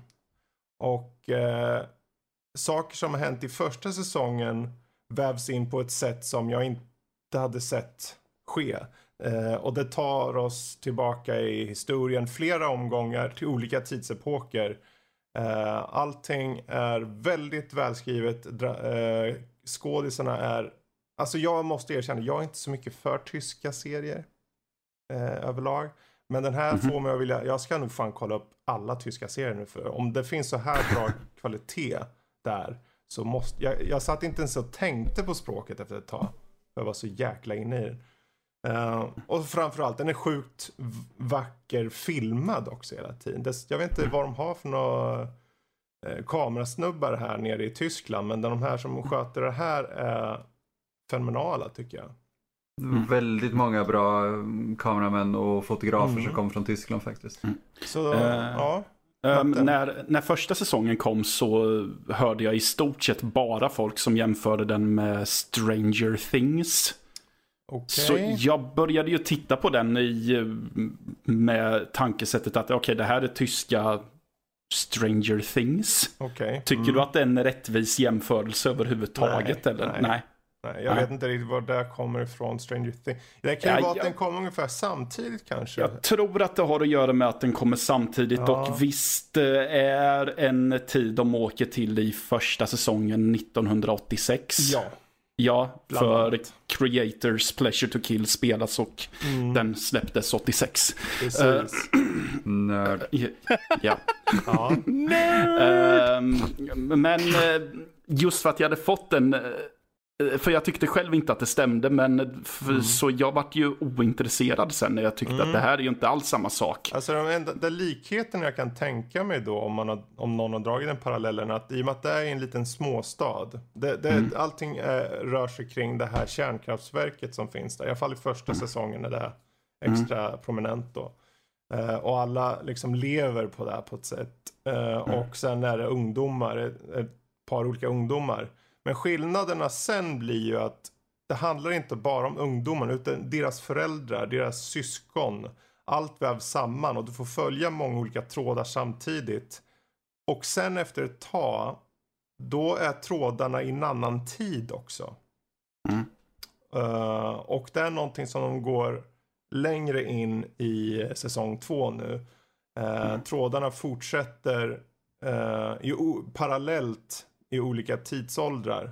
Och eh, saker som har hänt i första säsongen vävs in på ett sätt som jag inte hade sett ske. Eh, och det tar oss tillbaka i historien flera omgångar till olika tidsepoker. Uh, allting är väldigt välskrivet. Dra- uh, skådisarna är... Alltså jag måste erkänna, jag är inte så mycket för tyska serier uh, överlag. Men den här Mm-hmm. får mig att vilja, jag ska nog fan kolla upp alla tyska serier nu, för om det finns så här bra kvalitet där, så måste, jag, jag satt inte ens och tänkte på språket efter ett tag. Jag var så jäkla inne i den. Uh, och framförallt, den är sjukt v- vacker filmad också hela tiden. Det, jag vet inte vad de har för några eh, kamerasnubbar här nere i Tyskland, men de här som sköter det här är fenomenala tycker jag. Mm. Väldigt många bra kameramän och fotografer Mm. som kommer från Tyskland faktiskt. Mm. Så, Uh, ja. Um, när, när första säsongen kom så hörde jag i stort sett bara folk som jämförde den med Stranger Things. Okay. Så jag började ju titta på den i, med tankesättet att okej, okay, det här är tyska Stranger Things. Okay. Tycker mm. du att det är en rättvis jämförelse överhuvudtaget? Nej, eller? nej. nej. Nej, jag Nej. vet inte riktigt var det kommer ifrån, Stranger Things. Det kan ju Ja, vara att jag- den kommer ungefär samtidigt kanske. Jag tror att det har att göra med att den kommer samtidigt Ja. och visst eh, är en tid de åker till i första säsongen nittonhundraåttiosex. Ja. Ja, Bland för annat. Creators Pleasure to Kill spelas och Mm, den släpptes åttiosex. precis. Nörd. Ja. Ja. Ehm, men eh, just för att jag hade fått den, eh, för jag tyckte själv inte att det stämde, men för, Mm. så jag vart ju ointresserad sen när jag tyckte Mm. att det här är ju inte alls samma sak. Alltså den enda den likheten jag kan tänka mig då, om, man har, om någon har dragit den parallellen, att i och med att det är en liten småstad, det, det, Mm. allting är, rör sig kring det här kärnkraftverket som finns där. I alla fall i första säsongen är det extra prominent då. Eh, och alla liksom lever på det här på ett sätt. Eh, och sen är det ungdomar, ett, ett par olika ungdomar. Men skillnaderna sen blir ju att det handlar inte bara om ungdomarna, utan deras föräldrar, deras syskon. Allt vävs samman och du får följa många olika trådar samtidigt. Och sen efter ett tag, då är trådarna i en annan tid också. Mm. Uh, och det är någonting som de går längre in i säsong två nu. Uh, Mm. Trådarna fortsätter uh, i o- parallellt i olika tidsåldrar.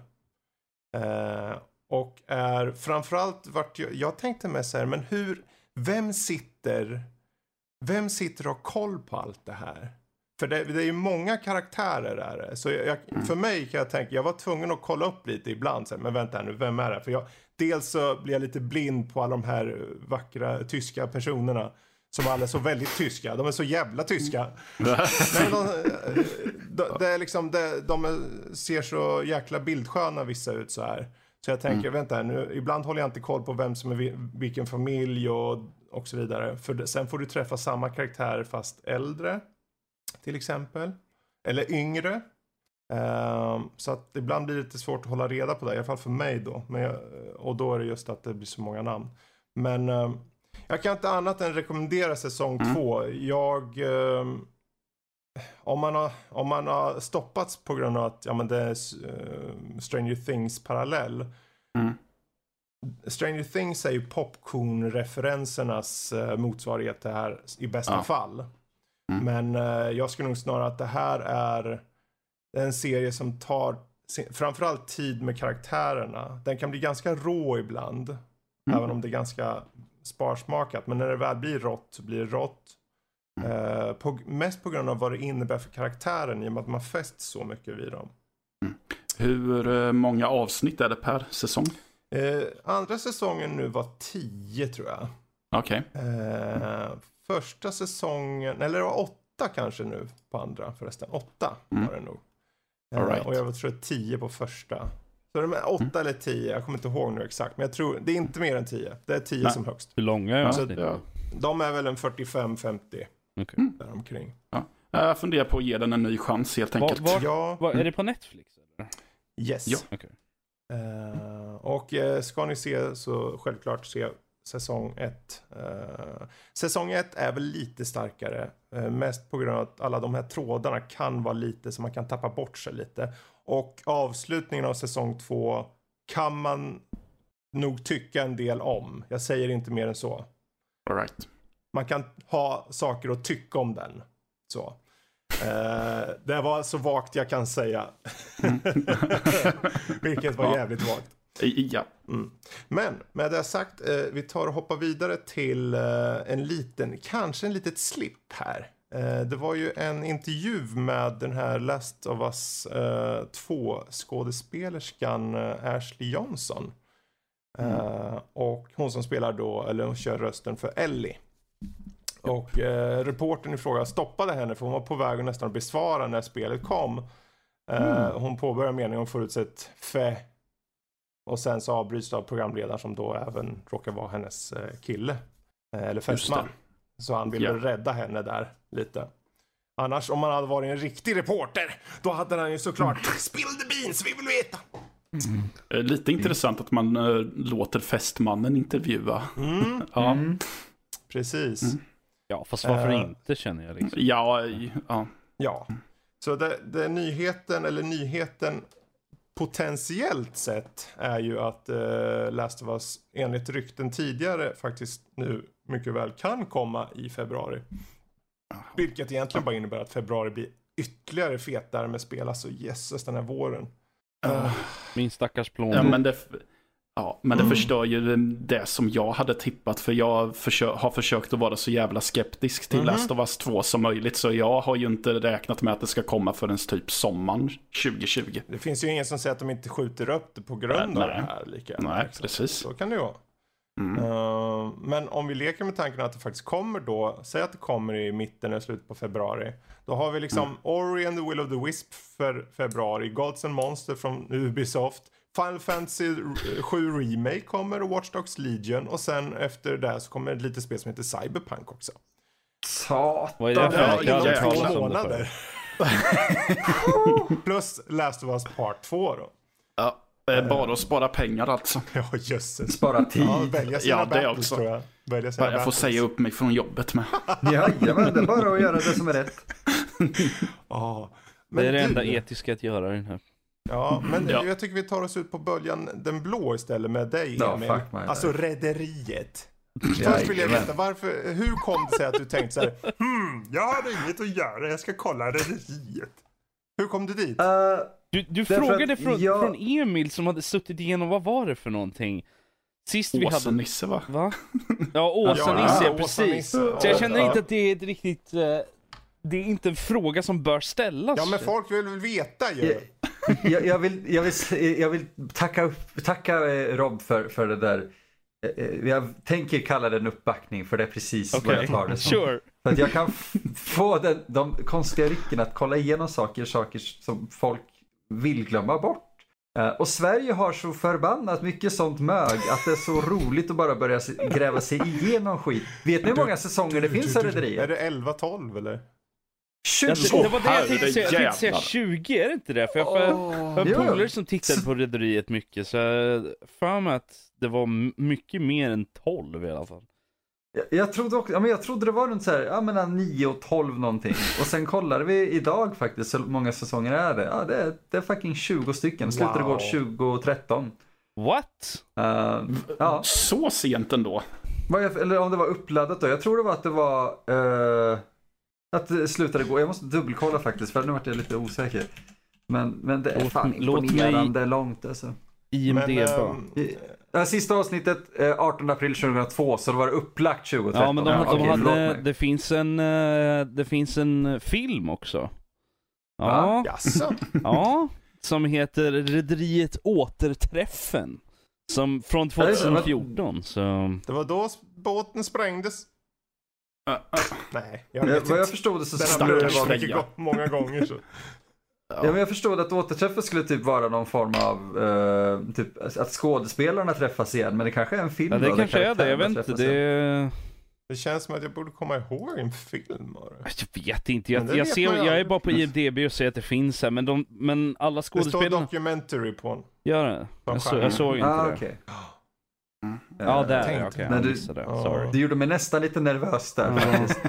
Uh, och är framförallt vart jag, jag tänkte mig så här, men hur, vem sitter, vem sitter och har koll på allt det här? För det, det är ju många karaktärer där. Så jag, jag, för mig kan jag tänka, jag var tvungen att kolla upp lite ibland. Så här, men vänta här nu, vem är det? För jag, dels så blir jag lite blind på alla de här vackra tyska personerna. Som alla är så väldigt tyska. De är så jävla tyska. Nej, de, de, det är liksom, det, de är, ser så jäkla bildsköna vissa ut så här. Så jag tänker, vänta här nu, ibland håller jag inte koll på vem som är vi, vilken familj och, och så vidare. För det, sen får du träffa samma karaktär fast äldre. Till exempel. Eller yngre. Um, så att ibland blir det lite svårt att hålla reda på det. I alla fall för mig då. Men jag, och då är det just att det blir så många namn. Men um, jag kan inte annat än rekommendera säsong Mm. två. Jag... Um, om, man har, om man har stoppats på grund av att ja, men det är uh, Stranger Things parallell. Mm. Stranger Things är ju popcorn-referensernas uh, motsvarighet det här i bästa Ja. fall. Mm. Men uh, jag skulle nog snarare att det här är en serie som tar sin, framförallt tid med karaktärerna. Den kan bli ganska rå ibland. Mm. Även om det är ganska sparsmakat. Men när det väl blir rått så blir det rått. Mm. Uh, på, mest på grund av vad det innebär för karaktären i och med att man fäst så mycket vid dem. Hur eh, många avsnitt är det per säsong? Uh, andra säsongen nu var tio tror jag. Okej. Uh, första säsongen, eller det var åtta kanske nu på andra förresten. Åtta Mm. var det nog. All right. Uh, och jag var tror jag tio på första. Så de är åtta Mm. eller tio, jag kommer inte ihåg nu exakt. Men jag tror, det är inte mer än tio. Det är tio Nej. som högst. Hur långa är Ja, avsnitten? ja. De är väl en fyrtiofem femtio Okej. Mm. däromkring. Jag funderar på att ge den en ny chans helt Var, enkelt. var, Ja, var, är det på Netflix? Eller? yes. Ja. Okej. Eh, och uh, ska ni se så självklart se säsong ett. Uh, säsong ett är väl lite starkare. Uh, mest på grund av att alla de här trådarna kan vara lite så man kan tappa bort sig lite. Och avslutningen av säsong två kan man nog tycka en del om. Jag säger inte mer än så. All right. Man kan ha saker att tycka om den. Så. Uh, det var så vagt jag kan säga. Vilket var Ja. jävligt vagt. Ja. Mm. Men med det sagt, eh, vi tar och hoppar vidare till eh, en liten, kanske en litet slip här. Eh, det var ju en intervju med den här Last of Us eh, två skådespelerskan eh, Ashley Johnson. Mm. Eh, och hon som spelar då, eller hon kör rösten för Ellie. Och eh, reportern i fråga stoppade henne för hon var på väg att nästan besvara när spelet kom. Eh, mm. Hon påbörjar meningen om förutsett fe. Och sen så avbryts av programledaren som då även råkar vara hennes eh, kille. Eh, eller fästman. Så han ville ja. rädda henne där lite. Annars om man hade varit en riktig reporter, då hade han ju såklart mm. spill the beans, vi vill veta. Mm. Lite intressant att man äh, låter fästmannen intervjua. Mm. ja. Mm. Precis. Mm. Ja, fast varför uh, inte känner jag liksom. Ja, ja. Ja. Så det, det nyheten, eller nyheten potentiellt sett är ju att uh, Last of Us enligt rykten tidigare faktiskt nu mycket väl kan komma i februari. Vilket egentligen bara innebär att februari blir ytterligare fetare med spel. Alltså Jesus, den här våren. Uh. Min stackars plånbok. Ja, men det... Ja, men det mm. förstör ju det som jag hade tippat. För jag försö- har försökt att vara så jävla skeptisk till mm. Last of Us två som möjligt. Så jag har ju inte räknat med att det ska komma förrän typ sommaren tjugo tjugo. Det finns ju ingen som säger att de inte skjuter upp det på grund nej, av det här. Lika nej, liksom. Precis. Så kan det ju vara. Mm. Uh, men om vi leker med tanken att det faktiskt kommer då. Säg att det kommer i mitten eller slutet på februari. Då har vi liksom mm. Ori and the Will of the Wisp för februari. Gods and Monster från Ubisoft. Final Fantasy sju Remake kommer och Watch Dogs Legion. Och sen efter det så kommer ett litet spel som heter Cyberpunk också. Satan. Vad är det för ja, något? ja, två månader. Plus Last of Us Part två då. Ja, bara att spara pengar alltså. Ja, jösses. Spara tid. Ja, välja sina ja, det battles, också. Tror jag. Välja sina jag får battles. säga upp mig från jobbet med. Jajamän, det är bara att göra det som är rätt. Ja, men det är det du... enda etiska att göra den här. Ja, men ja. jag tycker vi tar oss ut på böljan den blå istället med dig, no, Emil. fuck my alltså rederiet. Först vill jag veta, varför, hur kom det sig att du tänkte så här, hmm, jag hade inget att göra, jag ska kolla rederiet. Hur kom du dit? Uh, du du frågade från, jag... från Emil som hade suttit igenom, vad var det för någonting? Sist vi Åsa hade... Nisse va? Va? Ja, Åsa ja, Nisse, ja, precis. Åsa Nisse. Så jag känner ja. inte att det är ett riktigt... Uh, det är inte en fråga som bör ställas. Ja, men folk vill väl veta ju. Jag, jag, jag, vill, jag, vill, jag vill tacka, upp, tacka Rob för, för det där. Jag tänker kalla det en uppbackning, för det är precis okay. vad jag tar det som. Sure. För att jag kan f- få den, de konstiga rycken att kolla igenom saker, saker som folk vill glömma bort. Uh, och Sverige har så förbannat mycket sånt mög att det är så roligt att bara börja se, gräva sig igenom skit. Vet ni hur många säsonger du, det finns av rederier? Är det elva tolv eller? tjugo. Ja, det var det jag tänkte säga, jag tänkte säga tjugo, är det inte det? För jag har oh, polare som tittade på rederiet mycket, så jag för mig att det var mycket mer än tolv i alla fall. Jag, jag, trodde också, ja, men jag trodde det var runt så här, ja, mellan nio och tolv någonting. Och sen kollade vi idag faktiskt, så många säsonger är det. Ja, det är, det är fucking tjugo stycken. Det slutade wow. gå tjugo tretton. What? Uh, ja. Så sent ändå. Eller om det var uppladdat då. Jag tror det var att det var... Uh, att det slutade gå. Jag måste dubbelkolla faktiskt, för nu vart jag lite osäker. Men, men det är låt, fan låt imponerande mig... långt alltså. I M D B. Men, äh, sista avsnittet eh, artonde april tjugohundratvå, så det var upplagt tjugo tretton. Ja, men de, ja, de okej, hade, det finns en det finns en film också. Ja. Ah, jaså? Ja, som heter Rederiet Återträffen. Som från tjugohundrafjorton. Så... Det var då båten sprängdes. Uh, uh. Nej, jag vet jag, inte. Vad jag förstod det så den skulle det vara mycket go- många gånger så. Ja. Ja, men jag förstod att återträffen skulle typ vara någon form av uh, typ att skådespelarna träffas igen, men det kanske är en film. Ja, det då, kanske är det, jag vet inte. Det... det känns som att jag borde komma ihåg en film. Eller? Jag vet inte, jag, jag, vet ser, jag är bara på I M D B och ser att det finns här, men, de, men alla skådespelarna... Det står documentary på en. Gör det? Jag, så, jag såg inte ah, det. Okay. Mm. Ja, där är okej. okay. Du, det. Sorry. Du gjorde mig nästan lite nervös där faktiskt.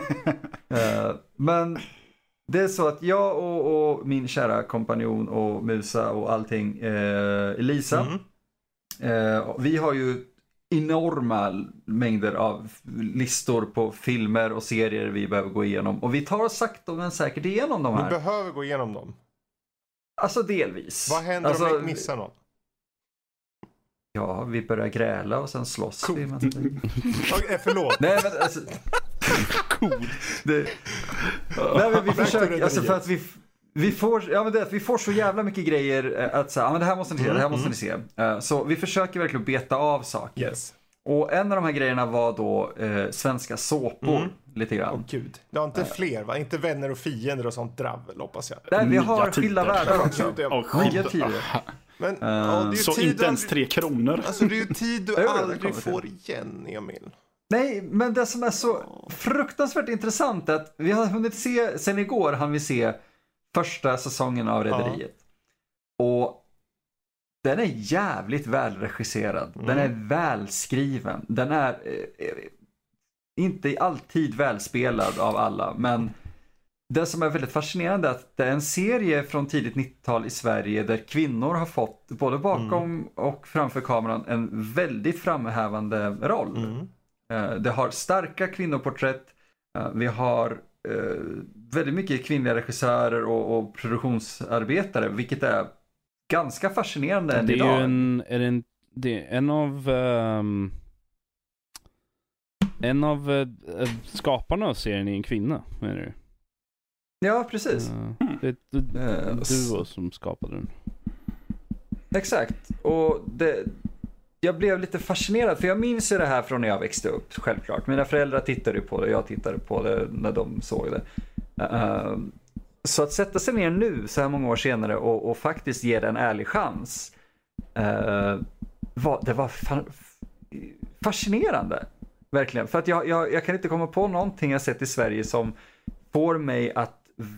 uh, men det är så att jag och, och min kära kompanjon och Musa och allting, uh, Elisa, mm. uh, vi har ju enorma mängder av listor på filmer och serier vi behöver gå igenom. Och vi tar sakta men säkert igenom de här. Vi behöver gå igenom dem. Alltså delvis. Vad händer alltså, om vi missar något? ja, vi börjar gräla och sen slåss Cool. vi. Men... Okej, förlåt. Nej, men alltså... Cool. Det... Nej, men vi Back to försöker, alltså för rederiet. att vi, vi får, ja men det, vi får så jävla mycket grejer eh, att säga, ja men det här måste ni se, det här måste ni se. Eh, Så vi försöker verkligen beta av saker. Yes. Och en av de här grejerna var då eh, svenska såpor, Mm. lite grann. Åh gud. Du har inte fler va? Inte vänner och fiender och sånt dravel hoppas jag. Nej, vi Nya har skilda tider. världar också. Gud, Och Nya skilda- tider. Men Eh, ja, det är ju Så tid inte du ens aldrig... tre kronor. Alltså det är ju tid du Jo, det aldrig kommer till. får igen, Emil. Nej, men det som är så fruktansvärt intressant är att vi har hunnit se, sen igår hann vi se första säsongen av Rederiet. Och den är jävligt välregisserad. Den är välskriven. Den är eh, eh, inte alltid välspelad av alla, men det som är väldigt fascinerande är att det är en serie från tidigt nittiotal i Sverige där kvinnor har fått både bakom och framför kameran en väldigt framhävande roll. Mm. Eh, Det har starka kvinnoporträtt. Eh, Vi har eh, väldigt mycket kvinnliga regissörer och, och produktionsarbetare, vilket är ganska fascinerande än Det är idag. ju en, är det en, det är en av ehm, en av eh, skaparna av serien är en kvinna, menar du? Ja, precis. Eh, det är ett Eh, duo som skapade den. Exakt. Och det, jag blev lite fascinerad, för jag minns ju det här från när jag växte upp, självklart. Mina föräldrar tittade ju på det, jag tittade på det när de såg det. Uh, så att sätta sig ner nu, så här många år senare, och, och faktiskt ge det en ärlig chans, uh, var, det var fa- fascinerande. Verkligen. För att jag, jag, jag kan inte komma på någonting jag sett i Sverige som får mig att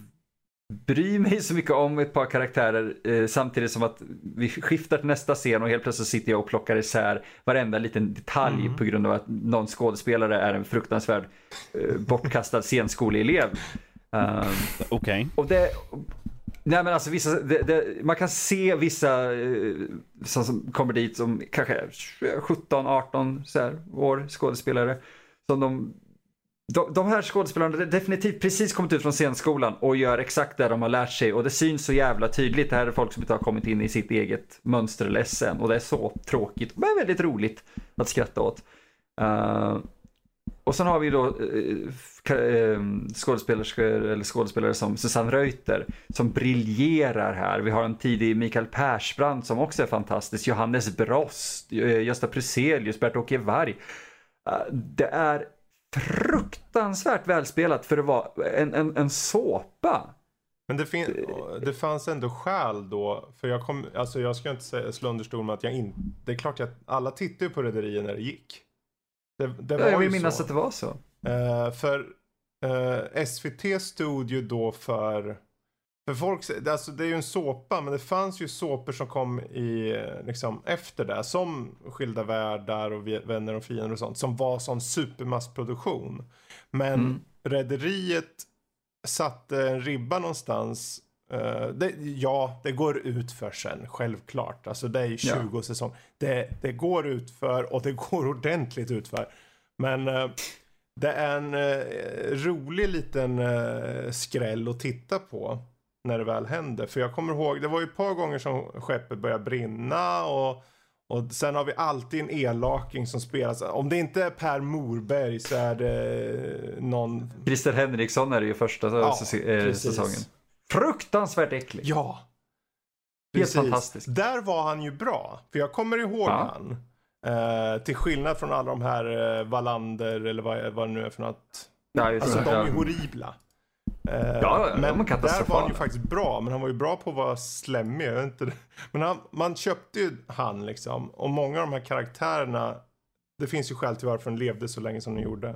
bry mig så mycket om ett par karaktärer eh, samtidigt som att vi skiftar till nästa scen och helt plötsligt sitter jag och plockar isär varenda liten detalj Mm. på grund av att någon skådespelare är en fruktansvärd eh, bortkastad scenskoleelev. Uh, Okej. och det nej men alltså vissa det, det, man kan se vissa eh, som, som kommer dit som kanske är sjutton arton så här, år skådespelare som de De, de här skådespelarna har definitivt precis kommit ut från scenskolan och gör exakt det de har lärt sig, och det syns så jävla tydligt. Det här är folk som inte har kommit in i sitt eget mönster eller S M, och det är så tråkigt men väldigt roligt att skratta åt. Uh, och sen har vi då uh, skådespelerskor eller skådespelare som Susanne Reuter som briljerar här. Vi har en tidig Mikael Persbrandt som också är fantastisk, Johannes Brost, uh, Gösta Pruselius, Bert-Åke Varg. Uh, det är fruktansvärt välspelat för att vara en, en, en såpa. Men det, fin- det fanns ändå skäl då, för jag kom, alltså jag ska inte säga, slå under stol med att jag inte, det är klart att alla tittade på Rederiet när det gick. Det, det var Jag vill ju minnas så. att det var så. Uh, för uh, S V T stod ju då för, för folk, alltså det är ju en såpa, men det fanns ju såpor som kom i, liksom efter det, som Skilda världar och Vänner och fiender och sånt, som var sån supermassproduktion. Men Mm. Rederiet satte en ribba någonstans. Uh, det, ja, det går ut för sen, självklart. Alltså det är ju tjugo Ja. säsong. Det, det går ut för, och det går ordentligt ut för. Men uh, det är en uh, rolig liten uh, skräll att titta på när det väl händer. För jag kommer ihåg, det var ju ett par gånger som skeppet började brinna, och och sen har vi alltid en elaking som spelas. Om det inte är Per Morberg så är det någon... Christer Henriksson är det ju första Ja, säs- eh, precis. säsongen. Fruktansvärt äcklig. Ja. Helt Precis. fantastiskt. Där var han ju bra. För jag kommer ihåg Ja. han. Eh, till skillnad från alla de här eh, Wallander eller vad, vad det nu är för något. Ja, just Alltså det. de är Ja. horribla. Eh, ja, ja, de är men där var han katastrofala. ju faktiskt bra. Men han var ju bra på att vara slemmig. Jag vet inte. Men han, man köpte ju han liksom. Och många av de här karaktärerna. Det finns ju skäl till varför de levde så länge som de gjorde.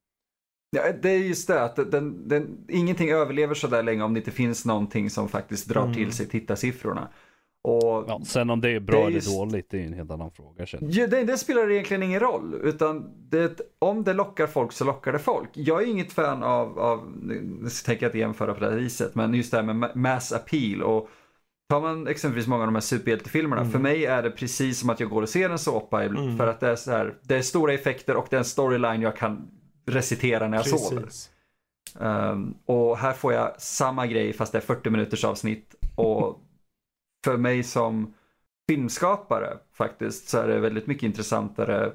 Ja, det är just det att den, den, ingenting överlever så där länge om det inte finns någonting som faktiskt drar Mm. till sig tittarsiffrorna. Och Ja, sen om det är bra Det är eller just- dåligt, det är en helt annan fråga. känner jag. ja, det, det spelar egentligen ingen roll, utan det, om det lockar folk så lockar det folk. Jag är inget fan av, av nu tänker jag inte jämföra på det här viset, men just det här med mass appeal. Och tar man exempelvis många av de här superhjältefilmerna, Mm. för mig är det precis som att jag går och ser en såpa, Mm. för att det är så här, det är stora effekter och det är en storyline jag kan recitera när jag sover. Precis. Um, och här får jag samma grej fast det är fyrtio minuters avsnitt. Och för mig som filmskapare faktiskt så är det väldigt mycket intressantare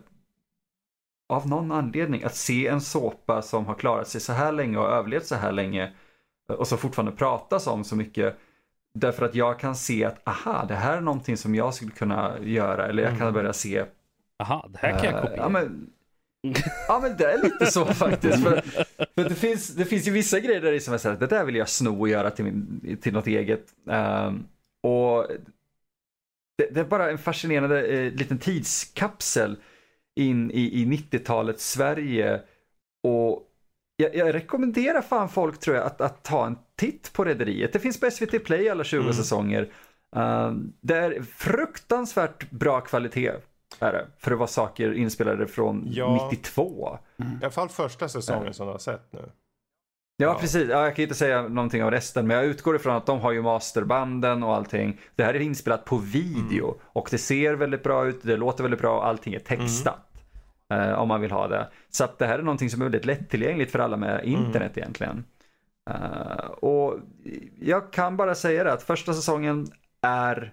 av någon anledning att se en såpa som har klarat sig så här länge och överlevt så här länge och så fortfarande pratas om så mycket. Därför att jag kan se att aha, det här är någonting som jag skulle kunna göra. Eller jag kan Mm. börja se. Aha, det här kan jag eh, kopiera. ja, men, ja men det är lite så faktiskt. För, för det, finns, det finns ju vissa grejer där som jag säger att det där vill jag sno och göra till, min, till något eget. Um, och det, det är bara en fascinerande eh, liten tidskapsel in i, i nittiotalets Sverige. Och jag, jag rekommenderar fan folk tror jag att, att ta en titt på Rederiet. Det finns på S V T Play alla tjugo Mm. säsonger. Uh, det är fruktansvärt bra kvalitet är det, för det var saker inspelade från Ja. nittiotvå. I alla fall första säsongen Ja. som du har sett nu. Ja, Ja. precis. Ja, jag kan inte säga någonting om resten, men jag utgår ifrån att de har ju masterbanden och allting. Det här är inspelat på video Mm. och det ser väldigt bra ut, det låter väldigt bra och allting är textat. eh, om man vill ha det. Så att det här är någonting som är väldigt lättillgängligt för alla med internet egentligen. Eh, och jag kan bara säga det att första säsongen är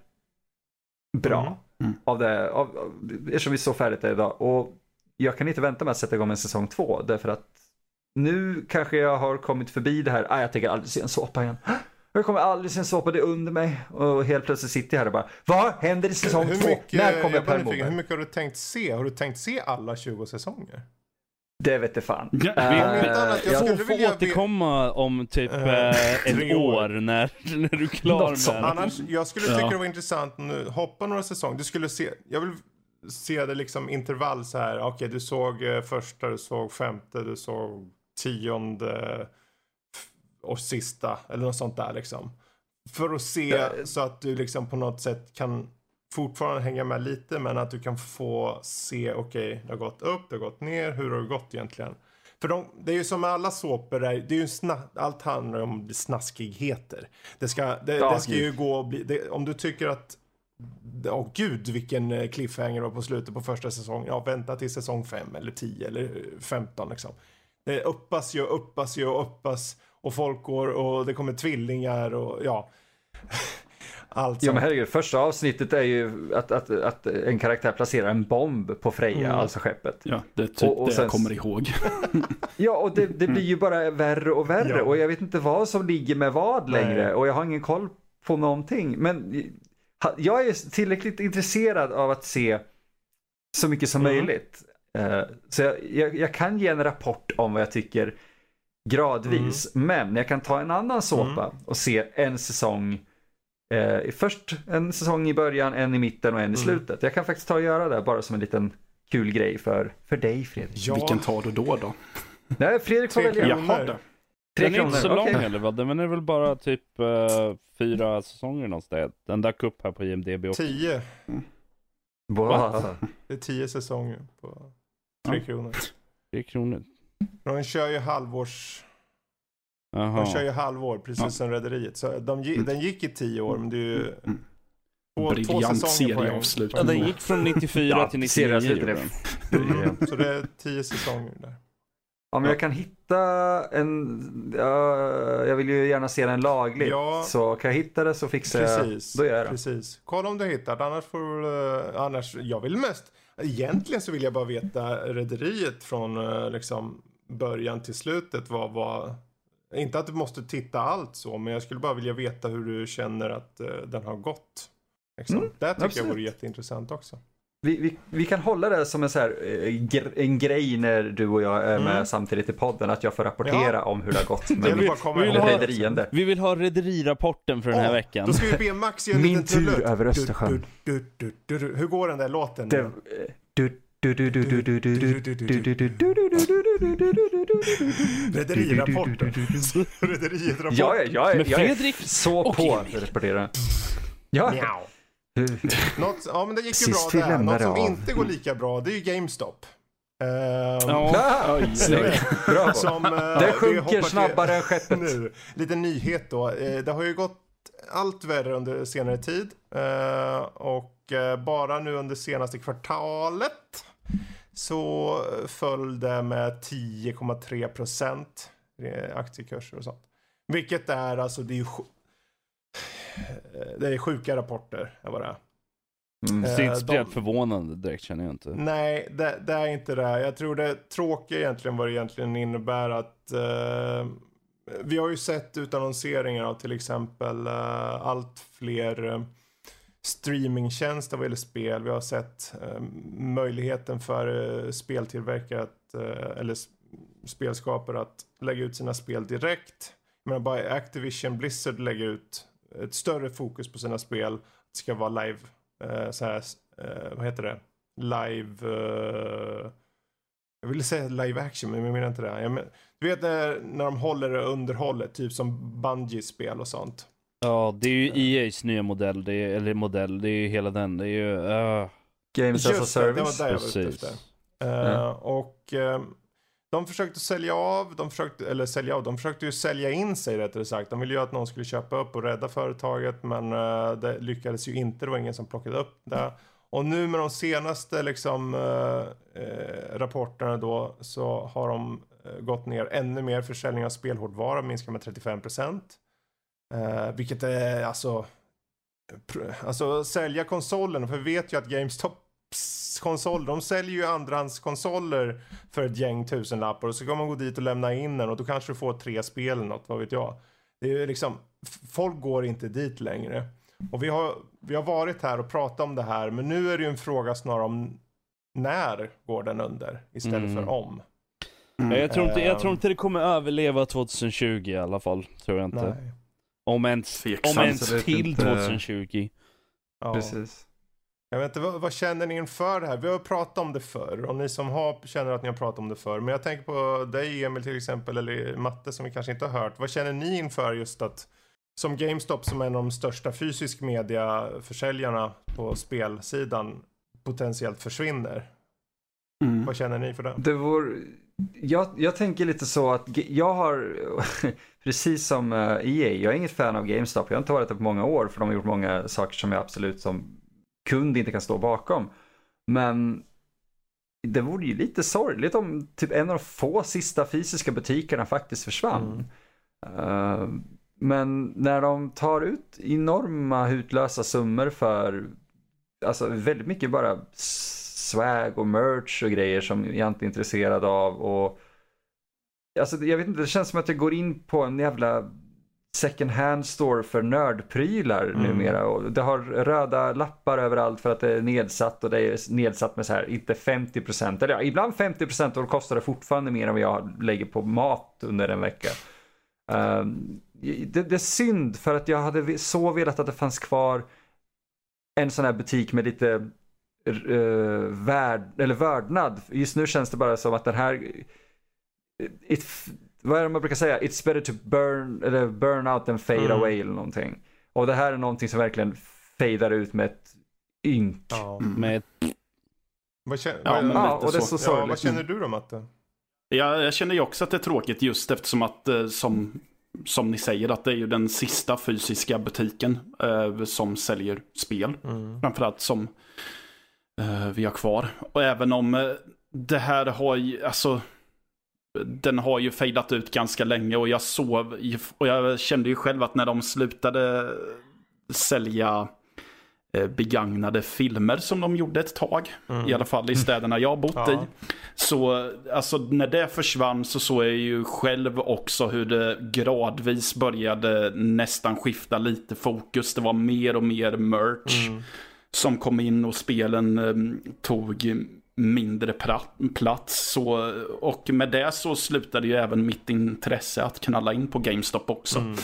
bra. Mm. Mm. Av det, av, av, eftersom vi så färdigt det idag. Och jag kan inte vänta med att sätta igång en säsong två. Därför att nu kanske jag har kommit förbi det här. Ah, jag tänker aldrig se en såpa igen. Jag kommer aldrig se en såpa, det är under mig. Och helt plötsligt sitter jag här och bara, vad händer i säsong Hur två? mycket, När kommer jag bara Per nyfiken, hur Morberg? mycket har du tänkt se? Har du tänkt se alla tjugo säsonger? Det vet jag fan. Ja, Eh, om inte annat, jag jag- skulle Får, får vilja- återkomma om typ Eh, eh, ett tre år. år när, när du är klar Något sånt. med det. Annars, jag skulle tycka Ja. det var intressant nu, hoppa några säsonger. Du skulle se, jag vill se det liksom intervall så här. Okej, du såg eh, första, du såg femte, du såg tionde f- och sista. Eller något sånt där liksom. För att se Ja. så att du liksom på något sätt kan fortfarande hänga med lite. Men att du kan få se, okej, det har gått upp, det har gått ner. Hur har det gått egentligen? För de, det är ju som med alla såpor, där, det är ju sna, allt handlar om snaskigheter. Det ska, det, Ja, det ska ju gud. gå och bli, det, om du tycker att, åh gud vilken eh, cliffhanger var på slutet på första säsongen. Ja, vänta till säsong fem eller tio eller femton liksom. Det uppas ju, uppas ju och uppas och folk går och det kommer tvillingar och ja. Allt Ja men sånt. herregud, första avsnittet är ju att, att, att en karaktär placerar en bomb på Freja, Mm. alltså skeppet. Ja, det är typ Och- och det sen- jag kommer ihåg. Ja, och det, det blir ju bara värre och värre. Ja. Och jag vet inte vad som ligger med vad Nej. längre. Och jag har ingen koll på någonting. Men ha- jag är tillräckligt intresserad av att se så mycket som Mm. möjligt. Eh, Så jag, jag, jag kan ge en rapport om vad jag tycker gradvis. Men jag kan ta en annan såpa Mm. och se en säsong. Eh, först en säsong i början, en i mitten och en i Mm. slutet. Jag kan faktiskt ta och göra det bara som en liten kul grej för, för dig Fredrik. Ja, Vilken tar du då då? Nej, Fredrik får Tre välja. kronor. Jaha, det. Tre Den är inte så kronor, lång okej. heller va? Den är väl bara typ eh, fyra säsonger någonstans. Den dök upp här på I M D B också. tio. Wow. Det är tio säsonger på tre Ja. kronor. Tre kronor. De kör ju halvårs... Jaha. De kör ju halvår, precis Ja. som Rederiet. Så de, gi- Mm. den gick i tio år, men det är ju Mm. två, två Briljant säsonger på en- serieavslutning. Ja, den gick från nittiofyra Ja, till nittionio. serieavslutet gjorde är- den. Mm. Så det är tio säsonger där. Om jag kan hitta en, ja, jag vill ju gärna se den lagligt. Ja. Så kan jag hitta det så fixar jag, Precis. då gör jag det. Precis. Kolla om du hittar, annars får du, uh, annars, jag vill mest, egentligen så vill jag bara veta Rederiet från uh, liksom början till slutet. Vad var, inte att du måste titta allt så, men jag skulle bara vilja veta hur du känner att uh, den har gått. Liksom. Mm, det tycker absolut. jag vore jätteintressant också. Vi, vi, vi kan hålla det som en, så här, eh, gr- en grej när du och jag är med Mm. samtidigt i podden. Att jag får rapportera Ja. om hur det har gått Jag med vill mitt bara komma vi vill ihåg. ha- rederierande. Vi vill ha rederirapporten för den här Åh, veckan. Då ska vi be Max göra en Min liten tur trudelutt. över Östersjön. Du, du, du, du, du. Hur går den där låten? Det, du, du, du, du, du, du, du, du, du, du, du, du, du, du, du. Rederirapporten. Rederirapporten. Jag är, jag är, Med jag är Fredrik så och på Emil. att rapportera. Ja. Miau. Något, ja men det gick ju Sist bra vi där. Något lämnade som av. inte går lika bra, det är ju GameStop. Ehm, Ja. Ah, snyggt. Bra. som, eh, Det vi sjunker hoppar till- snabbare än skeppet. Nu, lite nyhet då. Eh, det har ju gått allt värre under senare tid. Eh, och eh, bara nu under senaste kvartalet så föll det med tio komma tre procent aktiekurser och sånt. Vilket är alltså, det är ju sj- det är sjuka rapporter. Är vad det är. Mm. Det är inte Eh, speciellt de- förvånande direkt, känner jag inte. Nej, det, det är inte det. Jag tror det tråkiga egentligen vad det egentligen innebär att eh, vi har ju sett utannonseringar av till exempel eh, allt fler eh, streamingtjänster vad gäller spel. Vi har sett eh, möjligheten för eh, speltillverkare att, eh, eller s- spelskapare att lägga ut sina spel direkt. Jag menar bara Activision Blizzard lägger ut ett större fokus på sina spel. Det ska vara live, eh, så här, eh, vad heter det? Live, eh, jag ville säga live action men jag menar inte det. Jag men, du vet när, när de håller det underhållet, typ som Bungie-spel och sånt. Ja, det är ju E A:s nya modell, det är, eller modell, det är ju hela den, det är ju... Uh, Games as a Just det, det var service. där jag var ute precis. efter. Eh, Ja. Och eh, de försökte sälja av, de försökte, eller sälja av, de försökte ju sälja in sig rättare sagt. De ville ju att någon skulle köpa upp och rädda företaget, men eh, det lyckades ju inte, det var ingen som plockade upp det. Och nu med de senaste liksom, eh, eh, rapporterna då så har de eh, gått ner ännu mer. Försäljning av spelhårdvara minskar med trettiofem procent. Eh, vilket är alltså, pr- alltså sälja konsolen, för vi vet ju att GameStop konsol, de säljer ju andrahandskonsoler för ett gäng tusenlappar och så kan man gå dit och lämna in den och då kanske du får tre spel eller något, vad vet jag. Det är ju liksom, f- folk går inte dit längre. Och vi har, vi har varit här och pratat om det här, men nu är det ju en fråga snarare om när går den under istället Mm. för om. Nej, jag, tror inte, jag Ehm. tror inte det kommer överleva tjugohundratjugo i alla fall, tror jag inte. Nej. Om ens, Tveksamt. om ens Absolut till inte. tjugohundratjugo. Ja. Precis. Jag vet inte, vad, vad känner ni inför det här? Vi har pratat om det förr och ni som har känner att ni har pratat om det förr. Men jag tänker på dig Emil till exempel, eller Matte som vi kanske inte har hört. Vad känner ni inför just att som GameStop som är en av de största fysisk mediaförsäljarna på spelsidan potentiellt försvinner? Mm. Vad känner ni för det? Det vore, jag, jag tänker lite så att ge- jag har, precis som eh, E A, jag är inget fan av GameStop. Jag har inte varit det på många år för de har gjort många saker som jag absolut som kund inte kan stå bakom. Men det vore ju lite sorgligt om typ en av de få sista fysiska butikerna faktiskt försvann. Eh, men när de tar ut enorma hutlösa summor för alltså väldigt mycket bara swag och merch och grejer som jag inte är intresserad av och alltså jag vet inte, det känns som att jag går in på en jävla second hand store för nördprylar Mm. numera och det har röda lappar överallt för att det är nedsatt och det är nedsatt med så här inte femtio procent eller ja, ibland femtio procent och då kostar det fortfarande mer än vad jag lägger på mat under en vecka. Um, det, det är synd för att jag hade så velat att det fanns kvar en sån här butik med lite uh, värd, eller värdnad. Just nu känns det bara som att den här it, vad är det man brukar säga? It's better to burn, eller burn out than fade Mm. away eller någonting. Och det här är någonting som verkligen fejdar ut med ett ynk. Ja. Mm. Med Vad känner, Ja, vad, men Ja, lite och det är så så. ja, sorgligt. vad känner du då Matte? Ja, jag känner ju också att det är tråkigt just eftersom att, eh, som, som ni säger, att det är ju den sista fysiska butiken eh, som säljer spel. Mm. Framförallt som eh, vi har kvar. Och även om eh, det här har ju, alltså, den har ju fejdat ut ganska länge och jag sov, och jag kände ju själv att när de slutade sälja eh, begagnade filmer som de gjorde ett tag, Mm. i alla fall i städerna jag har bott Ja. i. Så alltså när det försvann så såg jag ju själv också hur det gradvis började nästan skifta lite fokus. Det var mer och mer merch Mm. som kom in och spelen eh, tog mindre pra- plats. Så, och med det så slutade ju även mitt intresse att knalla in på GameStop också. Mm.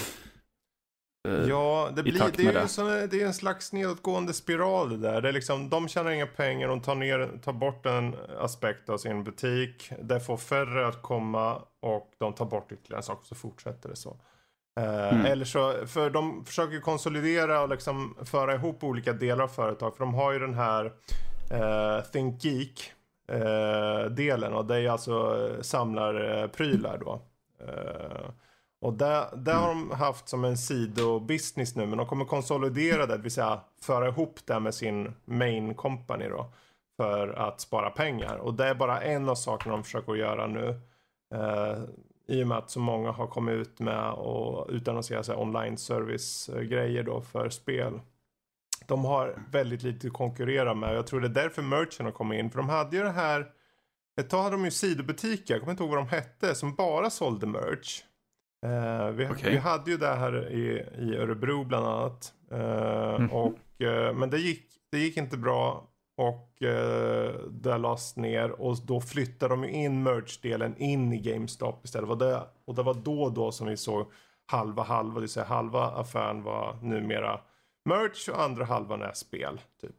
Eh, Ja, det, i blir, takt det, med är ju det. så, det är en slags nedåtgående spiral det där. Det är liksom, de tjänar inga pengar, de tar, ner, tar bort en aspekt av sin butik. Det får färre att komma och de tar bort ytterligare en sak och så fortsätter det så. Eh, Mm. Eller så, för de försöker konsolidera och liksom föra ihop olika delar av företag. För de har ju den här eh, Think Geek eh, delen och det är alltså eh, samlarprylar då. Eh, och där, där har de haft som en sidobusiness nu, men de kommer konsolidera det, det vill säga föra ihop det med sin main company då för att spara pengar. Och det är bara en av sakerna de försöker göra nu. Eh, I och med att så många har kommit ut med och utannonsera sig online service grejer då för spel. de har väldigt lite att konkurrera med. Jag tror det är därför merchen har kommit in. För de hade ju det här, ett tag hade de ju sidobutiker, jag kommer inte ihåg vad de hette, som bara sålde merch. Uh, vi, okay. vi hade ju det här i, i Örebro bland annat. Uh, mm. och, uh, men det gick, det gick inte bra. Och uh, det lades ner. Och då flyttade de in merch-delen in i GameStop istället. Och det, och det var då då som vi såg halva halva. Det vill säga halva affären var numera merch och andra halvan är spel. Typ.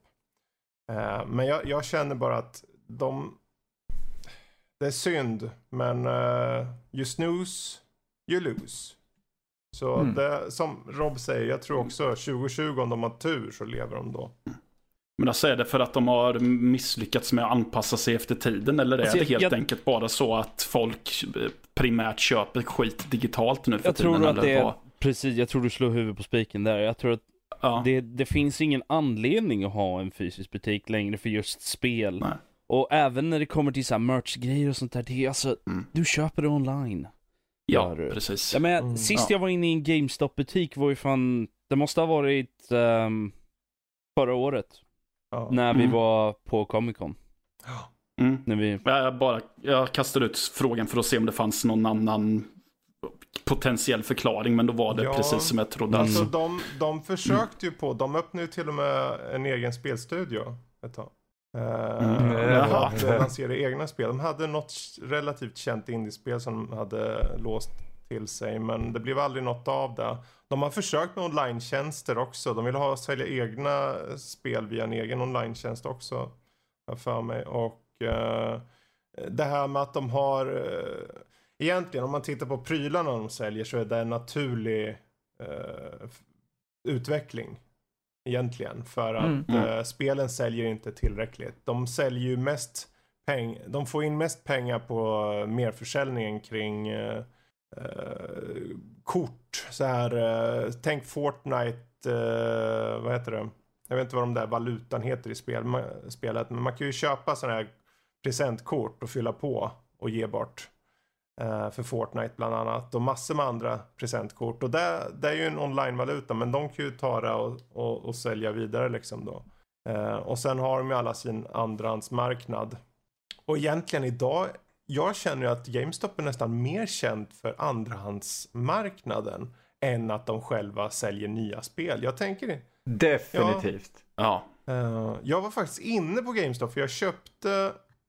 Uh, men jag, jag känner bara att de... Det är synd. Men uh, you snooze, you lose. Så mm. det, som Rob säger, jag tror också tjugo tjugo om de har tur så lever de då. Men alltså är det för att de har misslyckats med att anpassa sig efter tiden? Eller är alltså, det helt jag, enkelt bara så att folk primärt köper skit digitalt nu för jag tiden? Tror att eller det är, vad? Precis, jag tror du slår huvudet på spiken där. Jag tror att ja. det, det finns ingen anledning att ha en fysisk butik längre för just spel. Nej. Och även när det kommer till så här merch-grejer och sånt där, det är alltså, mm. du köper det online. Ja, Gör, precis. Ja, men mm, sist ja. jag var inne i en GameStop-butik var ju fan, det måste ha varit um, förra året. Ja. När vi mm. var på Comic-Con. Mm. När vi... jag, bara, jag kastade ut frågan för att se om det fanns någon annan potentiell förklaring, men då var det ja. precis som jag trodde. Alltså mm. de, de försökte ju på, de öppnade ju till och med en egen spelstudio ett tag. Mm. Uh, att lansera egna spel. De hade något relativt känt indiespel som hade låst till sig, men det blev aldrig något av det. De har försökt med online-tjänster också. De vill ha sälja egna spel via en egen online-tjänst också, för mig. Och uh, det här med att de har uh, egentligen, om man tittar på prylarna de säljer, så är det en naturlig uh, utveckling. Egentligen, för att mm. uh, spelen säljer inte tillräckligt. De säljer ju mest peng, de får in mest pengar på uh, merförsäljningen kring uh, uh, kort. Så här, uh, tänk Fortnite, uh, vad heter det? Jag vet inte vad de där valutan heter i spel, ma- spelet, men man kan ju köpa sådana här presentkort och fylla på och ge bort. Uh, för Fortnite bland annat och massor med andra presentkort, och det, det är ju en online-valuta, men de kan ju ta det och, och, och sälja vidare liksom då. Uh, och sen har de ju alla sin andrahandsmarknad, och egentligen idag, jag känner ju att GameStop är nästan mer känt för andrahandsmarknaden än att de själva säljer nya spel. Jag tänker definitivt. Ja. Uh, jag var faktiskt inne på GameStop för jag köpte.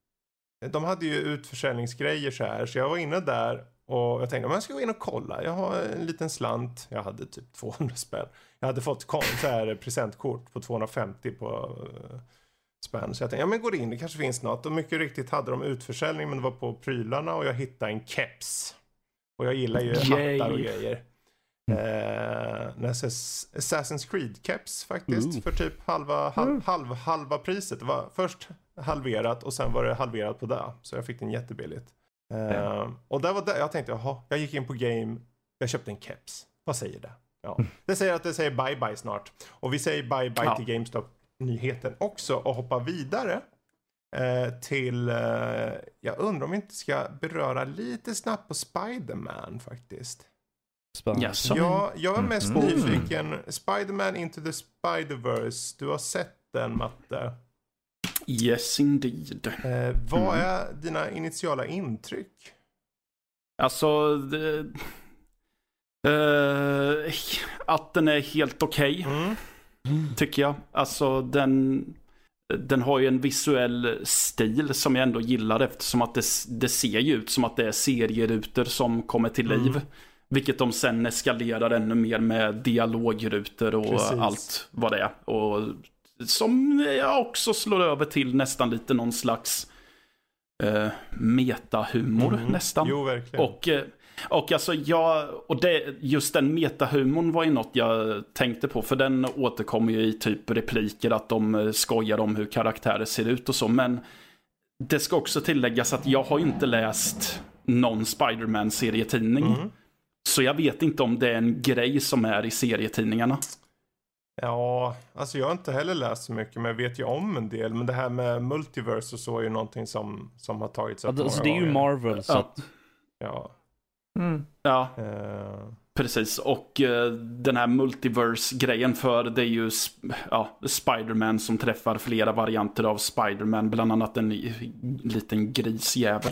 De hade ju utförsäljningsgrejer så här. Så jag var inne där och jag tänkte, men jag ska gå in och kolla. Jag har en liten slant. Jag hade typ tvåhundra spänn. Jag hade fått kon- så här presentkort på tvåhundrafemtio på uh, spänn. Så jag tänkte, ja men går in, det kanske finns något. Och mycket riktigt hade de utförsäljning, men det var på prylarna. Och jag hittade en keps. Och jag gillar ju Yay. hattar och grejer. Mm. Eh, Assassin's Creed keps faktiskt. Mm. För typ halva, halv, mm. halv, halva priset. Det var först halverat och sen var det halverat på det. Så jag fick den jättebilligt. Eh, mm. Och där var det, jag tänkte, jaha, jag gick in på game. Jag köpte en keps. Vad säger det? Ja. Det säger att det säger bye bye snart. Och vi säger bye bye ja. till GameStop-nyheten också. Och hoppar vidare eh, till, eh, jag undrar om vi inte ska beröra lite snabbt på Spider-Man faktiskt. Yes. Ja, jag är mest mm. nyfiken. Spider-Man Into the Spider-Verse. Du har sett den, Matte? Yes, indeed. Eh, vad mm. är dina initiala intryck? Alltså, det, eh, att den är helt okej, okay, mm. tycker jag. Alltså, den, den har ju en visuell stil som jag ändå gillar, eftersom att det, det ser ju ut som att det är serierutor som kommer till liv. Mm. Vilket de sen eskalerar ännu mer med dialogrutor och Precis. allt vad det är. Och som jag också slår över till nästan lite någon slags eh, metahumor mm. nästan. Jo, verkligen. Och, och alltså jag, och det, just den metahumorn var ju något jag tänkte på. För den återkommer ju i typ repliker att de skojar om hur karaktärer ser ut och så. Men det ska också tilläggas att jag har inte läst någon Spider-Man-serietidning. Mm. Så jag vet inte om det är en grej som är i serietidningarna. Ja, alltså jag har inte heller läst så mycket, men jag vet ju om en del. Men det här med multiverse och så är ju någonting som, som har tagits upp. Alltså, det är ju Marvel, så ja. att... Ja. Mm. Ja. Uh, precis. Och uh, den här multiverse-grejen, för det är ju ja, Spider-Man som träffar flera varianter av Spider-Man, bland annat en liten grisjävel.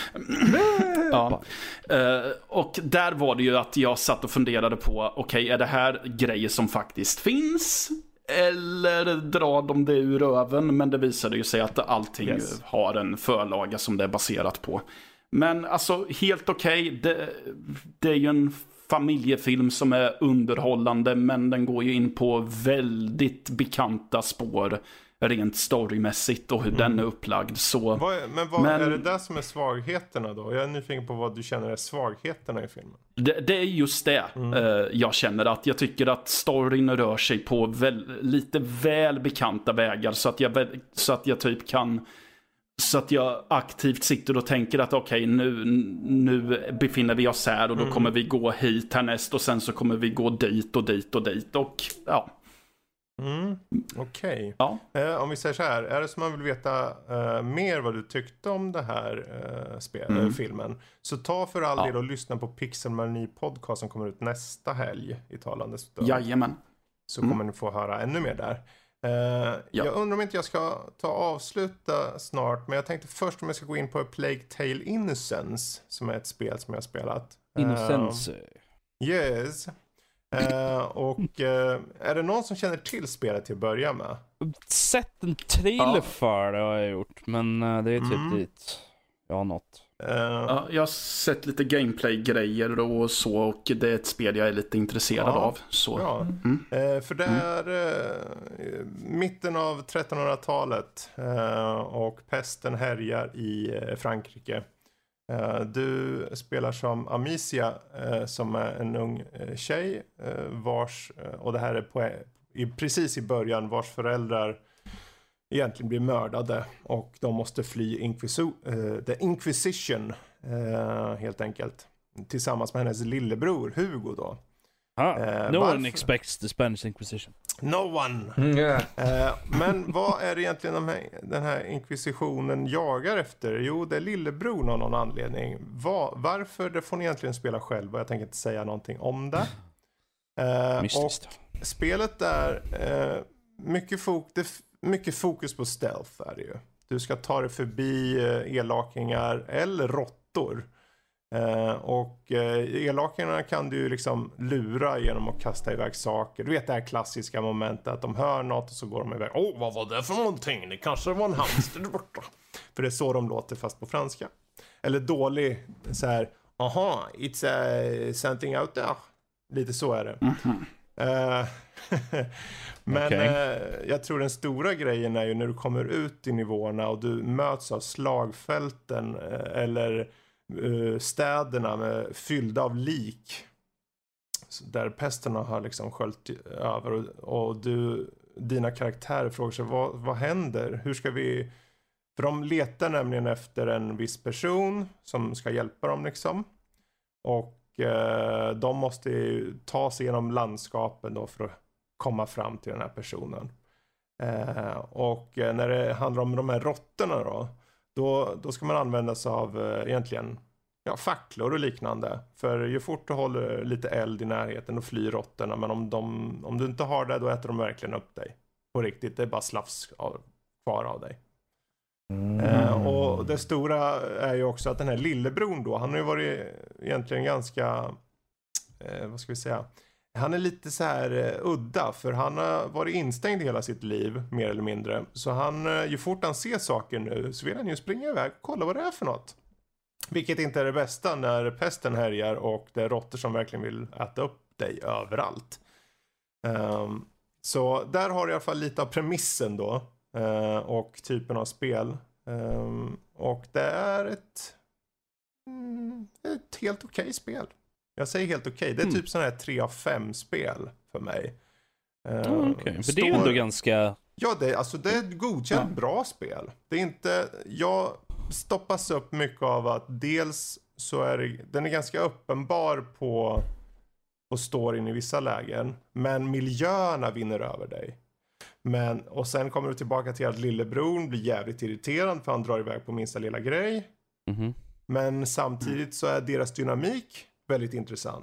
Ja. Uh, och där var det ju att jag satt och funderade på, okej, okay, är det här grejer som faktiskt finns? Eller drar de det ur röven? Men det visade ju sig att allting yes. har en förlaga som det är baserat på. Men alltså, helt okej. Okay. Det, det är ju en familjefilm som är underhållande, men den går ju in på väldigt bekanta spår rent storymässigt och hur mm. den är upplagd. Så, vad är, men vad men, är det där som är svagheterna då? Jag är nyfiken på vad du känner är svagheterna i filmen. Det, det är just det mm. uh, jag känner, att jag tycker att storyn rör sig på väl, lite väl bekanta vägar, så att jag, så att jag typ kan så att jag aktivt sitter och tänker att okej, okay, nu, nu befinner vi oss här och då mm. kommer vi gå hit härnäst och sen så kommer vi gå dit och dit och dit och ja. Mm, okej. Okay. Ja. Eh, om vi säger så här, är det som man vill veta eh, mer vad du tyckte om det här eh, spel, mm. filmen, så ta för all ja. del och lyssna på Pixelmani podcast som kommer ut nästa helg i talande stund. Jajamän. Så mm. kommer ni få höra ännu mer där. Eh, ja. Jag undrar om inte jag ska ta och avsluta snart, men jag tänkte först om jag ska gå in på A Plague Tale Innocence, som är ett spel som jag har spelat. Innocence. Uh, yes. Uh, och uh, är det någon som känner till spelet till att börja med? Sett en trailer ja. för det har jag gjort, men uh, det är typ mm. dit jag har nått. Uh, ja, jag har sett lite gameplay-grejer och så, och det är ett spel jag är lite intresserad ja, av. Så. Bra. Mm. Uh, för det är uh, mitten av trettonhundratalet uh, och pesten härjar i uh, Frankrike. Uh, du spelar som Amicia uh, som är en ung uh, tjej uh, vars, uh, och det här är på, i, precis i början, vars föräldrar egentligen blir mördade och de måste fly Inquisu- uh, The Inquisition uh, helt enkelt, tillsammans med hennes lillebror Hugo då. Ah, uh, no varför? one expects the Spanish Inquisition. No one. Mm, yeah. uh, men vad är det egentligen de här, den här inkvisitionen jagar efter? Jo, det är lillebror av någon anledning. Va, varför? Det får ni egentligen spela själva. Jag tänker inte säga någonting om det. Uh, och spelet är uh, mycket, fok- det f- mycket fokus på stealth är det ju. Du ska ta dig förbi uh, elakingar eller råttor. Uh, och uh, elakerna kan du ju liksom lura genom att kasta iväg saker. Du vet det här klassiska momentet att de hör något och så går de iväg. Åh, oh, vad var det för någonting? Det kanske var en hamster där borta. För det är så de låter, fast på franska. Eller dålig så här, aha, it's uh, something out there. Lite så är det. Mm-hmm. Uh, men okay. uh, jag tror den stora grejen är ju när du kommer ut i nivåerna och du möts av slagfälten uh, eller städerna med, fyllda av lik där pesterna har liksom sköljt över och, och du, dina karaktärer frågar sig vad, vad händer? Hur ska vi, för de letar nämligen efter en viss person som ska hjälpa dem liksom, och eh, de måste ju ta sig genom landskapen då för att komma fram till den här personen. Eh, och eh, när det handlar om de här råttorna då Då, då ska man använda sig av eh, egentligen ja, facklor och liknande. För ju fort du håller lite eld i närheten och flyr råttorna. Men om, de, om du inte har det, då äter de verkligen upp dig. På riktigt, det är bara slafs av, kvar av dig. Mm. Eh, och det stora är ju också att den här lillebron då, han har ju varit egentligen ganska, eh, vad ska vi säga... Han är lite så här uh, udda, för han har varit instängd hela sitt liv, mer eller mindre. Så han, uh, ju fort han ser saker nu så vill han ju springa iväg och kolla vad det är för något. Vilket inte är det bästa när pesten härjar och det är råttor som verkligen vill äta upp dig överallt. Um, så där har du i alla fall lite av premissen då. Uh, och typen av spel. Um, och det är ett, mm, ett helt okej okay spel. Jag säger helt okej. Okay. Det är mm. typ sån här tre av fem spel för mig. Uh, mm, okay. För står... det är ju ändå ganska... Ja, det, alltså det är ett godkänt ja. bra spel. Det är inte... Jag stoppas upp mycket av att dels så är det... Den är ganska uppenbar på, på storyn i vissa lägen. Men miljöerna vinner över dig. Men, och sen kommer du tillbaka till att lillebror blir jävligt irriterad för han drar iväg på minsta lilla grej. Mm-hmm. Men samtidigt så är deras dynamik väldigt intressant.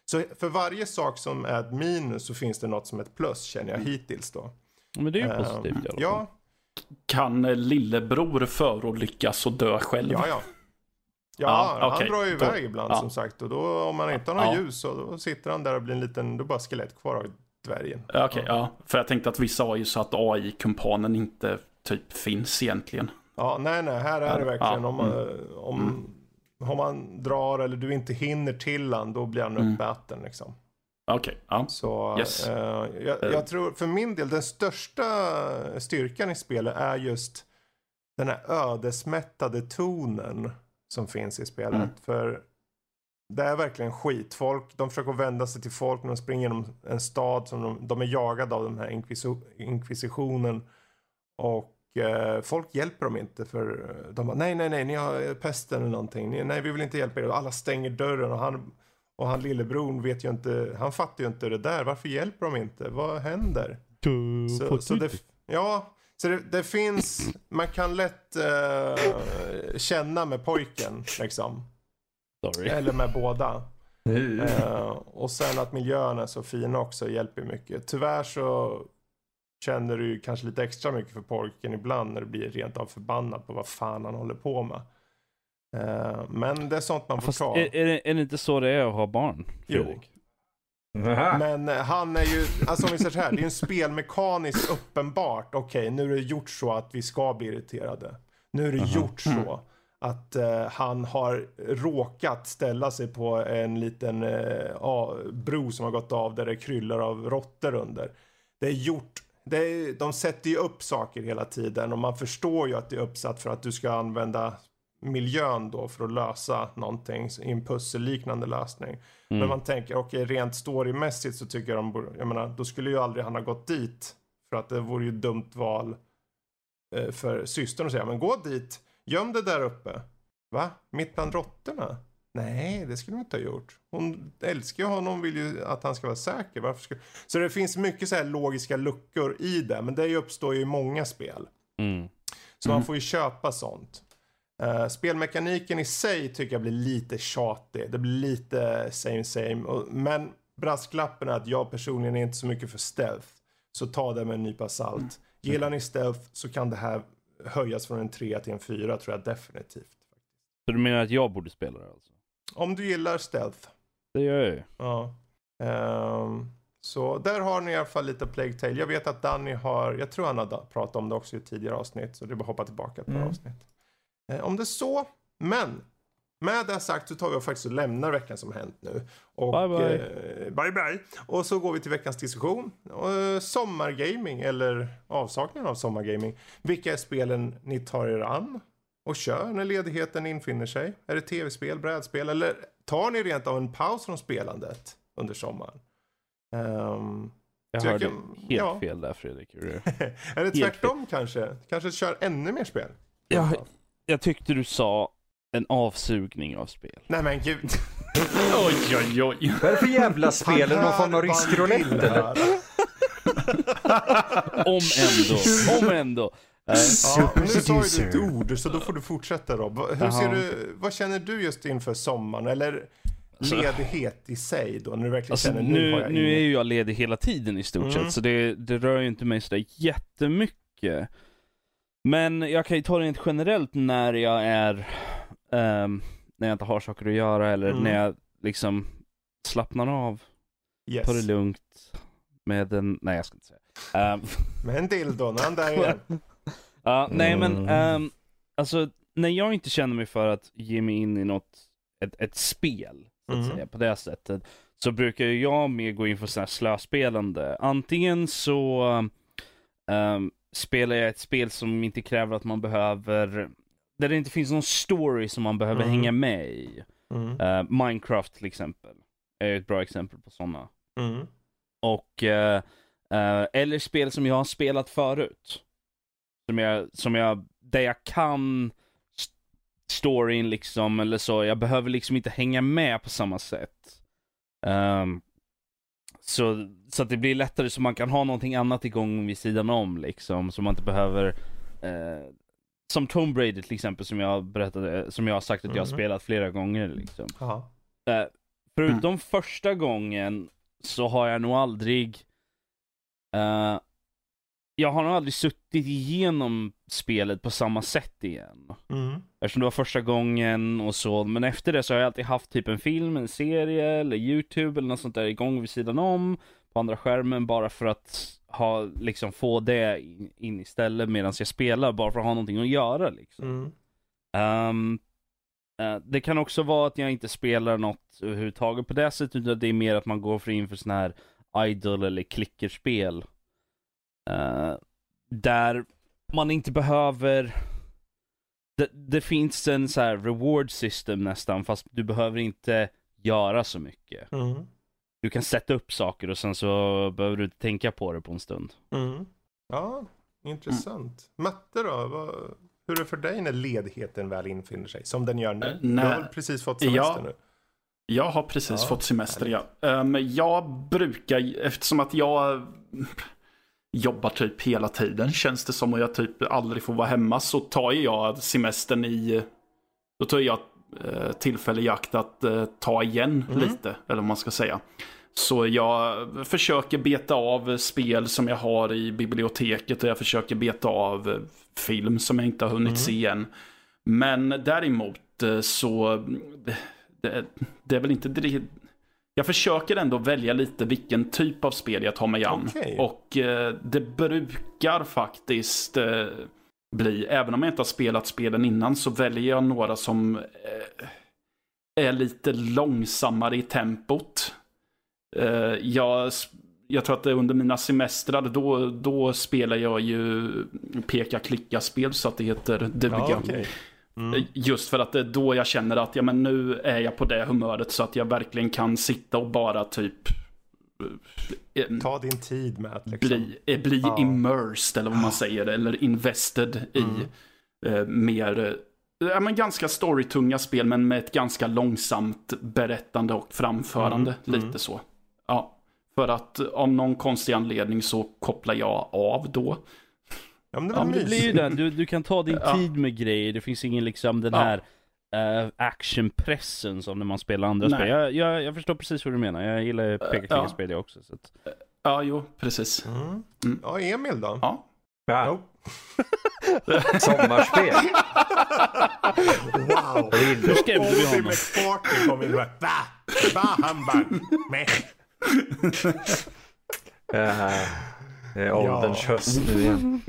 Så för varje sak som är ett minus så finns det något som är ett plus, känner jag hittills då. Men det är ju Uh, positivt i alla fall. Ja. Kan lillebror förolyckas och dö själv? Ja, ja. Ja, Ja, okay. Han drar ju iväg då, ibland ja. som sagt. Och då om man inte har någon ja. ljus så då sitter han där och blir en liten, då bara skelett kvar av dvärgen. Okej, okay, ja. ja. För jag tänkte att vissa har ju så att A I-kumpanen inte typ finns egentligen. Ja, nej, nej. Här är det verkligen ja. om, man, mm. om, mm. om man drar eller du inte hinner till han, då blir han Mm. uppäten liksom. Okej, okay, ja. Så yes. eh, jag, jag tror för min del den största styrkan i spelet är just den här ödesmättade tonen som finns i spelet. Mm. För det är verkligen skit. Folk, de försöker vända sig till folk när de springer genom en stad som de, de är jagade av den här inkvis- inkvisitionen. Och eh, folk hjälper dem inte för de bara, nej, nej, nej, ni har pesten eller någonting. Ni, nej, vi vill inte hjälpa er. Och alla stänger dörren och han, och han lillebror vet ju inte, han fattar ju inte det där. Varför hjälper de inte? Vad händer? Så, så det, ja, så det, det finns, man kan lätt eh, känna med pojken liksom. Sorry. Eller med båda. Mm. Uh, och sen att miljön är så fin också hjälper mycket. Tyvärr så känner du ju kanske lite extra mycket för pojken ibland när du blir rent av förbannad på vad fan han håller på med. Uh, men det är sånt man får Fast ta. Är, är, det, är det inte så det är att ha barn, Fredrik? Men han är ju, alltså om vi säger så här, det är en spelmekaniskt uppenbart. Okej, okay, nu är det gjort så att vi ska bli irriterade. Nu är det uh-huh. gjort så att uh, han har råkat ställa sig på en liten uh, bro som har gått av där det kryllar av råttor under. Det är gjort, det är, de sätter ju upp saker hela tiden och man förstår ju att det är uppsatt för att du ska använda miljön då för att lösa någonting i en pusselliknande lösning. Mm. Men man tänker, okej, okay, rent storymässigt så tycker jag de, jag menar, då skulle ju aldrig han ha gått dit för att det vore ju ett dumt val eh, för systern att säga, men gå dit, göm det där uppe. Va? Mitt bland råttorna? Nej, det skulle hon inte ha gjort. Hon älskar ju honom, vill ju att han ska vara säker. Varför ska... Så det finns mycket så här logiska luckor i det, men det uppstår ju i många spel. Mm. Så Mm. man får ju köpa sånt. Uh, spelmekaniken i sig tycker jag blir lite tjatig. Det blir lite same same. Och, men brasklappen är att jag personligen är inte så mycket för stealth. Så ta det med en nypa salt. Mm. Gillar ni stealth så kan det här höjas från en tre till en fyra, tror jag definitivt. Så du menar att jag borde spela det alltså? Om du gillar stealth. Det gör jag ju. Ja. Um, så där har ni i alla fall lite Plague Tale. Jag vet att Danny har, jag tror han har pratat om det också i tidigare avsnitt. Så det är bara att hoppa tillbaka ett par Mm. avsnitt. Om det är så, men med det sagt så tar vi faktiskt och lämnar veckan som hänt nu. Och, bye bye. Eh, bye bye. Och så går vi till veckans diskussion. Eh, sommargaming eller avsaknaden av sommargaming. Vilka är spelen ni tar er an och kör när ledigheten infinner sig? Är det tv-spel, brädspel eller tar ni rent av en paus från spelandet under sommaren? Um, Jag så jag hörde kan- helt ja. fel där, Fredrik. är det tvärtom kanske? Kanske kör ännu mer spel? Jag, jag tyckte du sa en avsugning av spel. Nej men gud. Oj, oj, oj. Vad är det för jävla spel? Är det någon form av rysk-roulette eller? Om ändå. Om ändå. Eh, Ja, men nu sa ju du Seducer. ett ord, så då får du fortsätta Rob. Hur Jaha. ser du, vad känner du just inför sommaren? Eller ledighet i sig då? När du verkligen Alltså, känner nu, har nu, jag nu är ingen... ju jag ledig hela tiden i stort Mm. sett, så det, det rör ju inte mig sådär jättemycket. Men jag kan ju ta det rent generellt när jag är, ehm, när jag inte har saker att göra eller Mm. när jag liksom slappnar av, Yes. tar det lugnt med en, nej jag ska inte säga. Um, Med en dildo, när han där igen. Ja, nej men, Mm. ehm, alltså när jag inte känner mig för att ge mig in i något, ett, ett spel, så att Mm. säga, på det sättet, så brukar ju jag mer gå in för sådär slöspelande. Antingen så ehm, spelar jag ett spel som inte kräver att man behöver, där det inte finns någon story som man behöver Mm. hänga med i. Mm. Eh, Minecraft till exempel är ett bra exempel på sådana. Mm. Och eh, eh, eller spel som jag har spelat förut. Som jag, som jag, där jag kan st- storyn liksom, eller så. Jag behöver liksom inte hänga med på samma sätt. Um, så, så att det blir lättare så man kan ha någonting annat igång vid sidan om liksom. Så man inte behöver eh, som Tomb Raider till exempel, som jag berättade, som jag har sagt att jag har Mhm. spelat flera gånger liksom. Ja. Eh, Förutom mm. första gången så har jag nog aldrig uh, jag har nog aldrig suttit igenom spelet på samma sätt igen. Mm. Eftersom det var första gången och så. Men efter det så har jag alltid haft typ en film, en serie eller YouTube eller något sånt där igång vid sidan om på andra skärmen, bara för att ha, liksom, få det in, in istället medan jag spelar, bara för att ha någonting att göra liksom. Mm. Um, uh, det kan också vara att jag inte spelar något överhuvudtaget på det sättet, utan det är mer att man går för in för sån här idle eller klickerspel. Uh, där man inte behöver det, det finns en så här reward system nästan, fast du behöver inte göra så mycket. Mm. Du kan sätta upp saker och sen så behöver du tänka på det på en stund. Mm. Ja, intressant. Mm. Matte då? Vad, hur är det för dig när ledigheten väl infinner sig? Som den gör nu? Uh, du har väl precis fått semester ja. nu? Jag har precis ja, fått semester, ja. Um, jag brukar, eftersom att jag jobbar typ hela tiden, känns det som, och jag typ aldrig får vara hemma, så tar jag semestern i, då tar jag eh, tillfälle i akt att eh, ta igen mm. lite, eller vad man ska säga. Så jag försöker beta av spel som jag har i biblioteket, och jag försöker beta av film som jag inte har hunnit mm. se än. Men däremot så det, det är väl inte det. Jag försöker ändå välja lite vilken typ av spel jag tar mig an. Okay. Och eh, det brukar faktiskt eh, bli, även om jag inte har spelat spelen innan, så väljer jag några som eh, är lite långsammare i tempot. Eh, jag, jag tror att det under mina semestrar, då, då spelar jag ju peka-klicka-spel, så att det heter duga. Ja, okay. Mm. Just för att det är då jag känner att ja, men nu är jag på det humöret, så att jag verkligen kan sitta och bara typ ta din tid med att liksom bli, bli ja. immersed, eller vad man säger, eller invested mm. i eh, mer ja, men ganska storytunga spel, men med ett ganska långsamt berättande och framförande, mm. lite mm. så. Ja, för att om någon konstig anledning så kopplar jag av då. Ja, men det, ja, men det blir ju det. Du, du kan ta din ja. tid med grejer. Det finns ingen liksom den ja. här uh, actionpressen som när man spelar andra Nej. spel. Jag, jag, jag förstår precis vad du menar. Jag gillar peka-klicka-spel uh, också. Så att... Ja, jo, precis. Mm. Mm. Ja, Emil då? Ja. ja. Oh. Sommarspel. Wow. Hur skrämde vi honom? McParty kom in och bara, va? Va, han bara, meh. Det är ålderns ja. höst nu igen.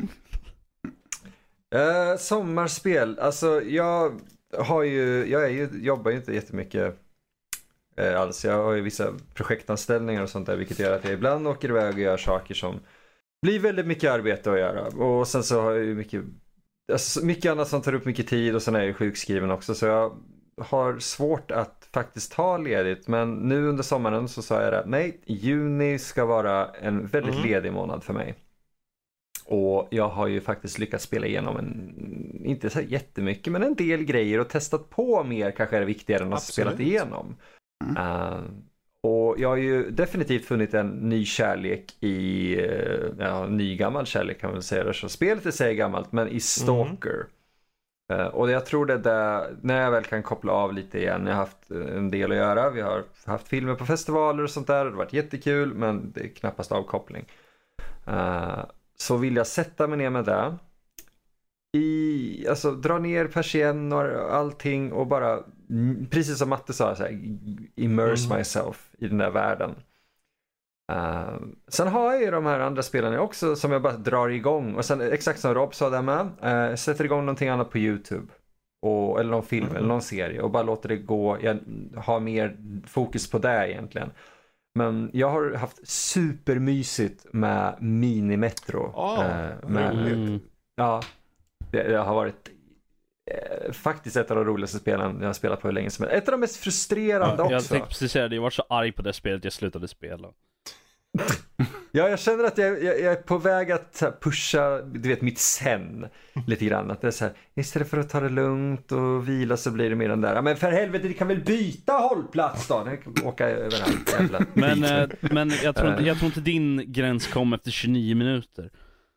Uh, sommarspel. Alltså jag har ju, jag är ju, jobbar ju inte jättemycket uh, alls. Jag har ju vissa projektanställningar och sånt där, vilket gör att jag ibland åker iväg och gör saker som blir väldigt mycket arbete att göra. Och sen så har jag ju mycket, alltså, mycket annat som tar upp mycket tid, och sen är jag ju sjukskriven också, så jag har svårt att faktiskt ta ledigt. Men nu under sommaren så sa jag att nej, juni ska vara en väldigt mm. ledig månad för mig. Och jag har ju faktiskt lyckats spela igenom en, inte så jättemycket, men en del grejer, och testat på mer kanske är det viktigare än att spela igenom. Mm. Uh, och jag har ju definitivt funnit en ny kärlek i, uh, ja, ny gammal kärlek kan man väl säga. Så spelet i sig är gammalt, men i Stalker. Mm. Uh, och jag tror det där, när jag väl kan koppla av lite igen, jag har haft en del att göra. Vi har haft filmer på festivaler och sånt där, det har varit jättekul, men det är knappast avkoppling. Uh, så vill jag sätta mig ner med det. I, alltså dra ner persienner och allting, och bara, precis som Matte sa, så här, immerse mm. myself i den där världen. Uh, sen har jag ju de här andra spelarna också som jag bara drar igång, och sen exakt som Rob sa där med, uh, sätter igång någonting annat på YouTube och, eller någon film mm. eller någon serie, och bara låter det gå. Jag har mer fokus på det egentligen. Men jag har haft supermysigt med Minimetro. Oh, uh, med, mm. Ja, det, det har varit eh, faktiskt ett av de roligaste spelen jag har spelat på hur länge som helst. Ett av de mest frustrerande ja, också. Jag tänkte precis säga det, jag var så arg på det spelet jag slutade spela. Ja, jag känner att jag, jag, jag är på väg att pusha, du vet, mitt sen lite grann. Att det är så här, istället för att ta det lugnt och vila så blir det mer den där. Ja, men för helvete, det kan väl byta hållplats då? Åka överallt. Men, äh, men jag, tror inte, jag tror inte din gräns kom efter tjugonio minuter.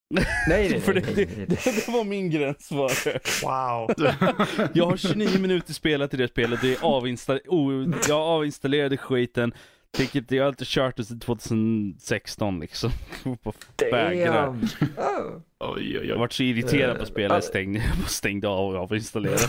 Nej, nej, nej, För det, nej, det, nej, det, det var min gräns var det. Wow. Jag har tjugonio minuter spelat i det spelet. Det är avinstall- oh, jag avinstallerade skiten. Vilket jag har inte kört det sedan tjugohundrasexton liksom. På vägrar. Damn. Oh. Oj, oj, Jag oj. har varit så irriterad på Eh, spelet. Stängde, stängde av och avinstallerat.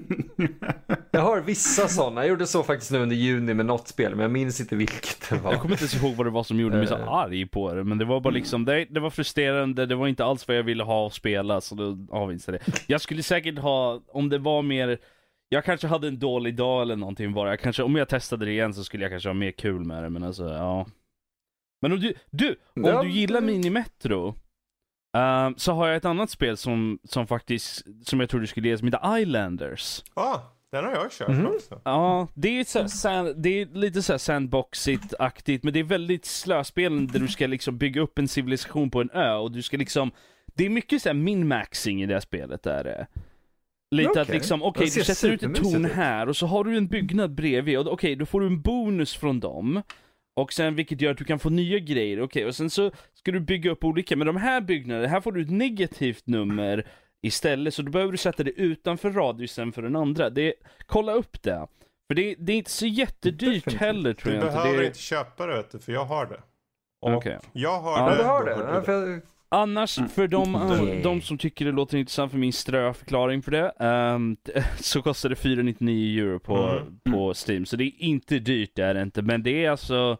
Jag har vissa sådana. Jag gjorde så faktiskt nu under juni med något spel, men jag minns inte vilket det var. Jag kommer inte ens ihåg vad det var som gjorde mig så Eh. arg på det. Men det var bara liksom, det, det var frustrerande. Det var inte alls vad jag ville ha att spela. Så då avinstallerade jag. Jag skulle säkert ha, om det var mer... Jag kanske hade en dålig dag eller någonting bara. Jag kanske, om jag testade det igen så skulle jag kanske ha mer kul med det. Men alltså, ja. Men om du, du om Ja. du gillar Minimetro, um, så har jag ett annat spel som, som faktiskt, som jag tror du skulle ge, som heter Islanders. Ah, den har jag kört Mhm. också. Ja, det är, så här, sand, det är lite så här sandboxigt-aktigt, men det är väldigt slöspel där du ska liksom bygga upp en civilisation på en ö och du ska liksom, det är mycket så här min-maxing i det här spelet där det är. Lite Okej. att liksom, okej, Det ser du sätter ut ett supermysigt torn ut. här och så har du en byggnad bredvid och okej, då får du en bonus från dem. Och sen vilket gör att du kan få nya grejer, okej, och sen så ska du bygga upp olika, men de här byggnaderna, här får du ett negativt nummer istället, så då behöver du sätta det utanför radiusen för den andra. Det, kolla upp det. För det, det är inte så jättedyrt Definitivt. heller tror Du jag inte. behöver Det är... inte köpa det, vet du, för jag har det. Och Okej. jag har Ja, det. Ja, du har då det. har Ja, du för... Annars, för de, Mm. de som tycker det låter intressant för min ströförklaring för det, um, så kostar det fyrahundranittionio euro på, Mm. på Steam. Så det är inte dyrt, det är det inte. Men det är alltså...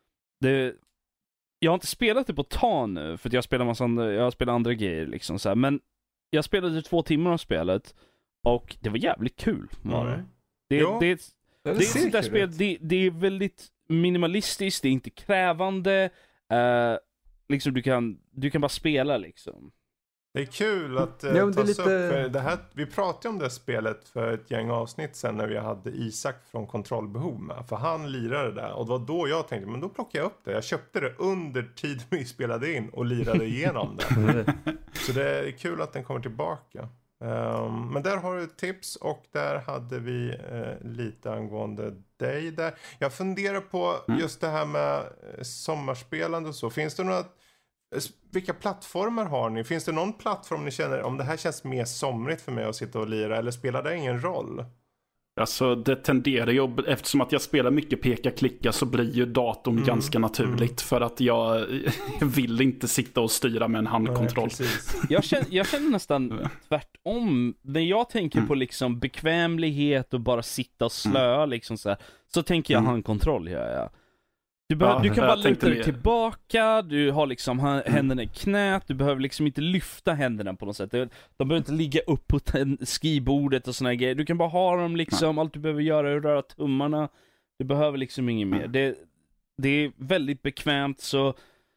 Det, jag har inte spelat det på ett tag nu, för att jag spelar massa andra, jag spelar andra grejer liksom så här. Men jag spelade två timmar av spelet, och det var jävligt kul var det. Mm. Det, Jo. det, Ja, det, det det är ser ett sånt där kul spel, ut. det, det är väldigt minimalistiskt, det är inte krävande. Uh, liksom du kan, du kan bara spela liksom. Det är kul att eh, Ja, men det är tas lite- upp. För det här, vi pratade om det spelet för ett gäng avsnitt sen när vi hade Isak från Kontrollbehov med. För han lirade där. Och det var då jag tänkte, men då plockar jag upp det. Jag köpte det under tiden vi spelade in och lirade igenom det. Så det är kul att den kommer tillbaka. Um, men där har du ett tips, och där hade vi uh, lite angående dig där. Jag funderar på just det här med uh, sommarspelande och så. Finns det några... Vilka plattformar har ni? Finns det någon plattform ni känner, om det här känns mer somrigt för mig att sitta och lira, eller spelar det ingen roll? Alltså det tenderar ju, eftersom att jag spelar mycket peka-klicka så blir ju datorn Mm, ganska naturligt. För att jag vill inte sitta och styra med en handkontroll. Nej, precis. Jag känner, jag känner nästan tvärtom. När jag tänker Mm. på liksom bekvämlighet och bara sitta och slöa liksom så här, så tänker jag Mm. handkontroll, gör jag. Du, behöver, Ja, du kan jag bara luta tänkte dig mer. tillbaka, du har liksom ha- händerna i knät, du behöver liksom inte lyfta händerna på något sätt. De behöver inte ligga upp på ten- skrivbordet och såna grejer. Du kan bara ha dem liksom, allt du behöver göra är att röra tummarna. Du behöver liksom inget mer. Det, det är väldigt bekvämt, så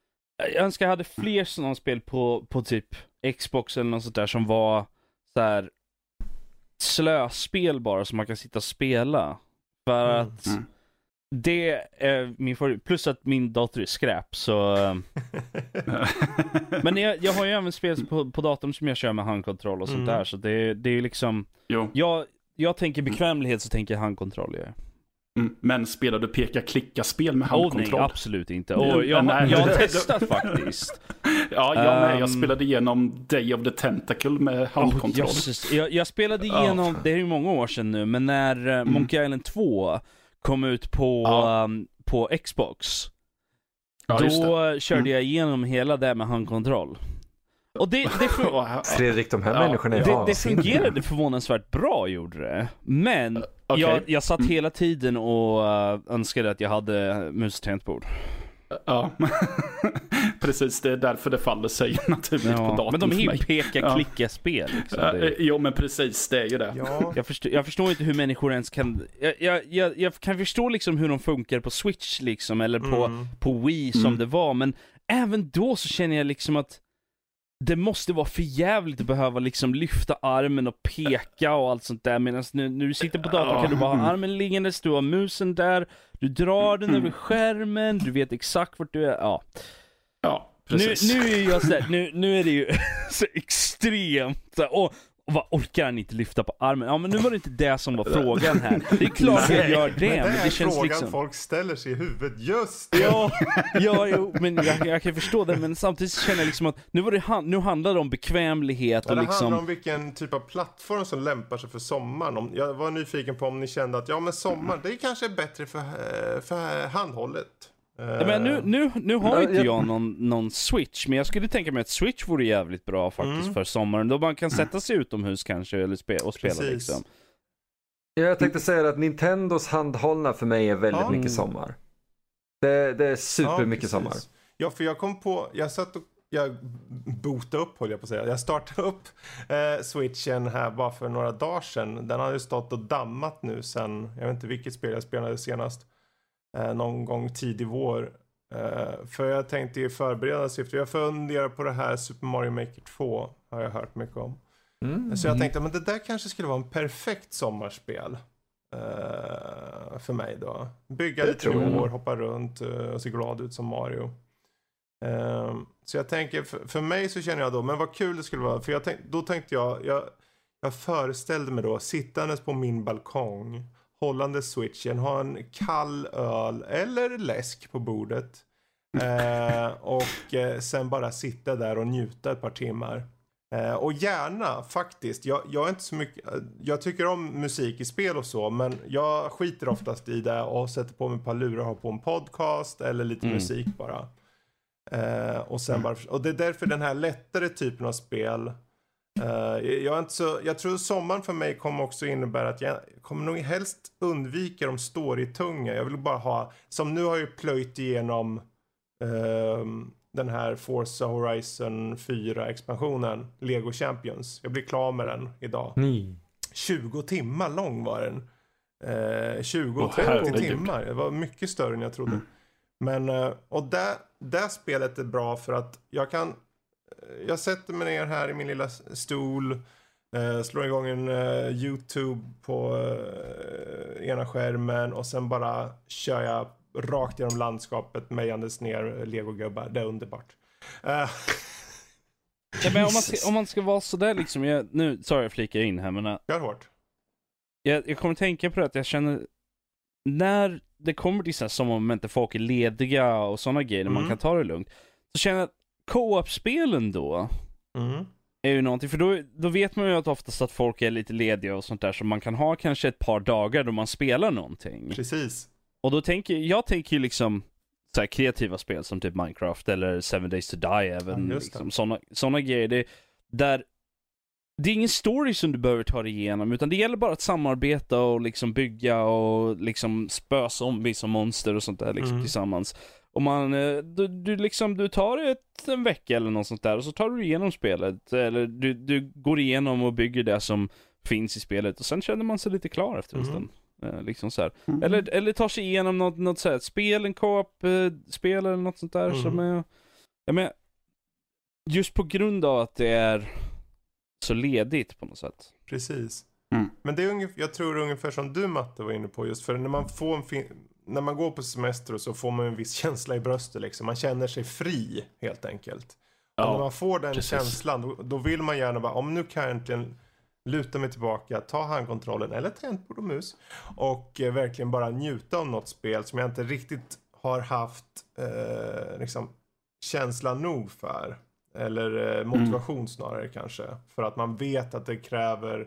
jag önskar jag hade fler sådana spel på, på typ Xbox eller något sånt där som var så här slöspel bara som man kan sitta och spela. För Mm. att Mm. det är min favorit. Plus att min dator är skräp, så... Men jag, jag har ju även spel på, på datorn som jag kör med handkontroll och sånt Mm. där, så det, det är liksom... Jo. Jag, jag tänker bekvämlighet, så tänker jag handkontroll. Ja. Mm. Men spelar du peka-klicka-spel med Åh handkontroll? nej, absolut inte. Och jag, Nej. jag har testat faktiskt. Ja, jag med. Um, Jag spelade igenom Day of the Tentacle med handkontroll. Oh, jösses. jag, jag spelade Ja. igenom, det är ju många år sedan nu, men när uh, Monkey Island två kom ut på, Ja. um, på Xbox, Ja, just det. då körde Mm. jag igenom hela det med handkontroll. Och det, det, fun- Ja, Fredrik, de här Ja, människorna är det, det vansinniga. fungerade förvånansvärt bra, gjorde det. Men okej. jag, jag satt Mm. hela tiden och uh, önskade att jag hade mus och tangentbord. Ja, precis. Det är därför det faller sig naturligt på Ja, datorn men de är för ju mig. peka-klicka-spel. Liksom. Ja, Det- eh, Jo, men precis. Det är ju det. Ja, Jag förstår, jag förstår inte hur människor ens kan... Jag, jag, jag, jag kan förstå liksom hur de funkar på Switch liksom, eller på, Mm. på Wii som Mm. det var, men även då så känner jag liksom att det måste vara för jävligt att behöva liksom lyfta armen och peka och allt sånt där, medan nu, när du sitter på datorn kan du bara ha armen liggandes, du har musen där, du drar den över skärmen, du vet exakt vart du är, ja. Ja, Nu, precis. nu är jag så här, nu, nu är det ju så extremt så här, och vad orkar han inte lyfta på armen? Ja, men nu var det inte det som var frågan här. Det är klart jag gör det, men det, men är det känns frågan liksom... folk ställer sig i huvudet just. Ja, ja jo, men jag, jag kan förstå det, men samtidigt känner jag liksom att nu, var det han, nu handlar det om bekvämlighet och ja, det liksom... handlar om vilken typ av plattform som lämpar sig för sommaren. Om, jag var nyfiken på om ni kände att ja, men sommar, det är kanske bättre för, för handhållet. Ja, men nu, nu, nu har inte jag någon, någon Switch, men jag skulle tänka mig att Switch vore jävligt bra faktiskt mm. för sommaren, då man kan sätta sig utomhus kanske eller spe, och spela. Precis. Liksom. Jag tänkte säga att Nintendos handhållna för mig är väldigt ja. mycket sommar. Det, det är super mycket ja, sommar. Ja, för jag kom på, jag satt och jag botade upp, håller jag på att säga. Jag startade upp eh, Switchen här bara för några dagar sedan. Den har ju stått och dammat nu sen, jag vet inte vilket spel jag spelade senast. Eh, någon gång tidig vår. Eh, för jag tänkte i förberedande syfte. Jag funderar på det här Super Mario Maker två. Har jag hört mycket om. Mm. Så jag tänkte men det där kanske skulle vara en perfekt sommarspel. Eh, för mig då. Bygga lite år, hoppa runt uh, och se glad ut som Mario. Eh, så jag tänker, för, för mig så känner jag då, men vad kul det skulle vara. För jag tänk, då tänkte jag, jag, jag föreställde mig då, sittandes på min balkong. Hållande switchen, ha en kall öl eller läsk på bordet eh, och eh, sen bara sitta där och njuta ett par timmar eh, och gärna faktiskt jag, jag är inte så mycket, jag tycker om musik i spel och så, men jag skiter oftast i det och sätter på mig ett par lurar och har på en podcast eller lite mm. musik bara eh, och sen bara, och det är därför den här lättare typen av spel Uh, jag, är inte så, jag tror sommaren för mig kommer också innebära att jag kommer nog helst undvika de story-tunga. Jag vill bara ha, som nu har jag plöjt igenom uh, den här Forza Horizon fyra-expansionen, Lego Champions. Jag blir klar med den idag. Mm. tjugo timmar lång var den. Uh, tjugo trettio oh, timmar. Det var mycket större än jag trodde. Mm. Men, uh, och det, det spelet är bra för att jag kan jag sätter mig ner här i min lilla stol, eh, slår igång en eh, YouTube på eh, ena skärmen och sen bara kör jag rakt genom landskapet mejandes ner legogubbar. Det är underbart. Uh. Ja, men om, man ska, om man ska vara sådär liksom, jag, nu sorry jag flikar in här men Gör hårt. Jag, jag kommer tänka på det att jag känner när det kommer till så här sommarmoment där folk är lediga och sådana grejer, mm. man kan ta det lugnt, så känner jag co-op-spelen då mm. är ju någonting, för då, då vet man ju att oftast att folk är lite lediga och sånt där, så man kan ha kanske ett par dagar då man spelar någonting. Precis. Och då tänker jag tänker ju liksom så här kreativa spel som typ Minecraft eller Seven Days to Die även ja, liksom, såna, såna grejer det, där det är ingen story som du behöver ta dig igenom, utan det gäller bara att samarbeta och liksom bygga och liksom spö zombies och monster och sånt där liksom mm. tillsammans. Och man, du, du liksom, du tar ett, en vecka eller något sånt där och så tar du igenom spelet. Eller du, du går igenom och bygger det som finns i spelet. Och sen känner man sig lite klar efter en mm. stund. Eh, liksom så här. Mm. Eller, eller tar sig igenom något, något så här, spel, en co-op-spel eller något sånt där. Mm. Som är, jag menar, just på grund av att det är så ledigt på något sätt. Precis. Mm. Men det är ungefär, jag tror ungefär som du Matte var inne på, just för när man får en fin- när man går på semester så får man en viss känsla i bröstet liksom. Man känner sig fri helt enkelt. Ja, och när man får den precis. känslan då, då vill man gärna bara, om nu kan jag egentligen luta mig tillbaka, ta handkontrollen eller tangentbord och mus och eh, verkligen bara njuta av något spel som jag inte riktigt har haft eh, liksom känsla nog för. Eller eh, motivation mm. snarare kanske. För att man vet att det kräver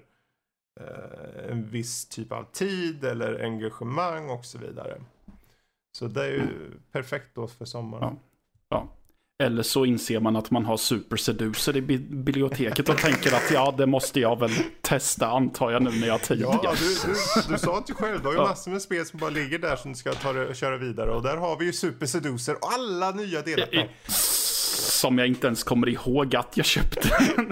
eh, en viss typ av tid eller engagemang och så vidare. Så det är ju mm. perfekt då för sommaren. Ja. Ja. Eller så inser man att man har Super Seducer i bi- biblioteket och tänker att ja, det måste jag väl testa, antar jag nu när jag har tid. Ja, du, du, du sa att du själv, du har ju ja. massor med spel som bara ligger där som du ska ta och köra vidare. Och där har vi ju Super Seducer och alla nya delar. Som jag inte ens kommer ihåg att jag köpte.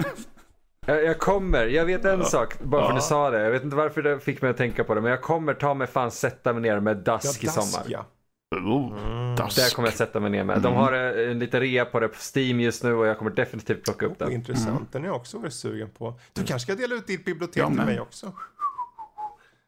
jag, jag kommer, jag vet en ja. sak, bara för ja. att du sa det. Jag vet inte varför det fick mig att tänka på det, men jag kommer ta mig fan sätta mig ner med Dusk ja, i sommar. Ja. Oh, mm. Där kommer jag sätta mig ner med. De har en lite rea på det på Steam just nu och jag kommer definitivt plocka upp oh, den. Intressant, mm. den är jag också varit sugen på. Du kanske ska dela ut ditt bibliotek ja, till mig också.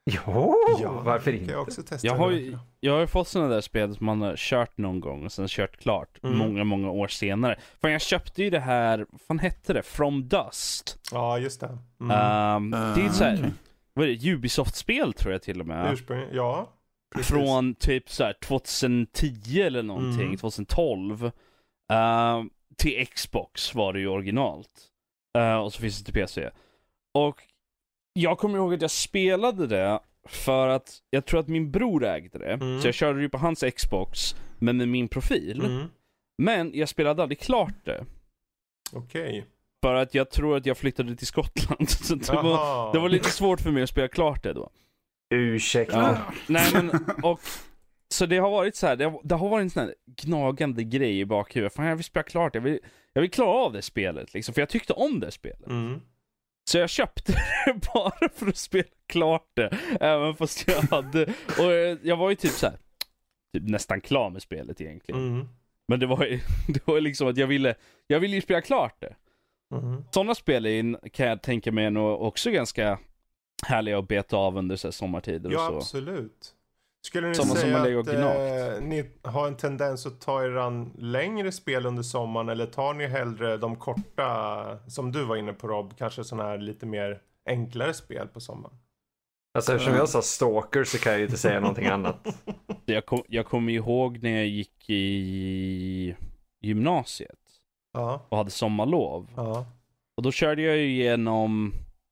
Jo, Ja, varför kan inte? jag också testa Jag har, det. ju, jag har ju fått sådana där spel som man har kört någon gång och sen kört klart Mm. många, många år senare. För jag köpte ju det här, vad fan hette det? From Dust. Ja, just det. Mm. Um, det är ett så här, okej. vad är det? Ubisoft-spel tror jag till och med. Ursprung, ja. Precis. Från typ så här tjugohundratio eller någonting, Mm. tjugotolv. Uh, till Xbox var det ju originalt. Uh, och så finns det till P C. Och jag kommer ihåg att jag spelade det för att jag tror att min bror ägde det. Mm. Så jag körde ju på hans Xbox, men med min profil. Mm. Men jag spelade aldrig klart det. Okej. För att jag tror att jag flyttade till Skottland. Så det var, Jaha. det var lite svårt för mig att spela klart det då. Ursäkta. Ja. Nej men, och så det har varit så här, det har, det har varit en sån här gnagande grej i bakhuvudet. Fan, jag vill spela klart, jag vill, jag vill klara av det spelet liksom, för jag tyckte om det spelet. Mm. Så jag köpte det bara för att spela klart det, även fast jag hade, och jag var ju typ så här, typ nästan klar med spelet egentligen. Mm. Men det var ju, det var liksom att jag ville, jag ville ju spela klart det. Mm. Sådana spel är, kan jag tänka mig, är nog också ganska härliga att beta av under så här sommartider och Ja, så. absolut. Skulle ni Samma som säga man lägger att och gnagt. eh, ni har en tendens att ta er an längre spel under sommaren, eller tar ni hellre de korta, som du var inne på Rob, kanske sådana här lite mer enklare spel på sommaren? Alltså eftersom jag sa stalker så kan jag ju inte säga någonting annat. Jag, kom, jag kommer ihåg när jag gick i gymnasiet Ja, och hade sommarlov. ja. Och då körde jag ju igenom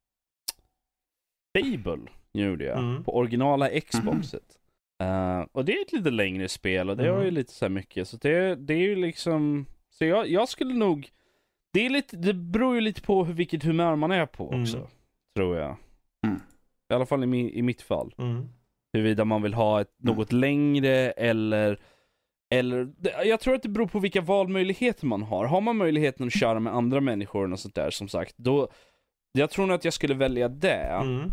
Fable, gjorde jag, Mm. på originala Xboxet. Uh, och det är ett lite längre spel och det Mm. har ju lite så här mycket. Så det, det är ju liksom, så jag, jag skulle nog, det är lite, det beror ju lite på hur, vilket humör man är på också, Mm. tror jag. Mm. I alla fall i, mi, i mitt fall. Mm. Huruvida man vill ha ett något längre eller eller jag tror att det beror på vilka valmöjligheter man har. Har man möjligheten att köra med andra människor och sånt där, som sagt, då jag tror nog att jag skulle välja det. Mm.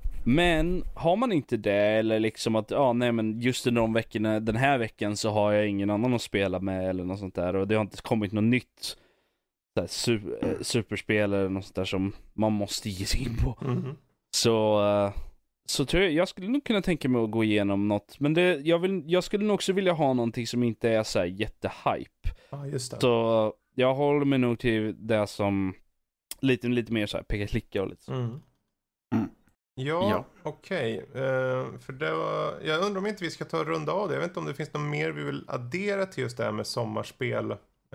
Men har man inte det, eller liksom att ja, nej men just under de veckorna, den här veckan så har jag ingen annan att spela med eller något sånt där, och det har inte kommit något nytt så här, su- eh, superspel eller något sånt där som man måste ge sig in på. Mm. Så uh, så tror jag, jag skulle nog kunna tänka mig att gå igenom något, men det, jag, vill, jag skulle nog också vilja ha någonting som inte är så här jättehype. Ja, just det. Så jag håller mig nog till det som lite, lite mer så här peka-klicka och lite så. Mm. Mm. Ja, Ja. okej. Eh, för det var, jag undrar om inte vi ska ta en runda av det. Jag vet inte om det finns något mer vi vill addera till just det här med sommarspel.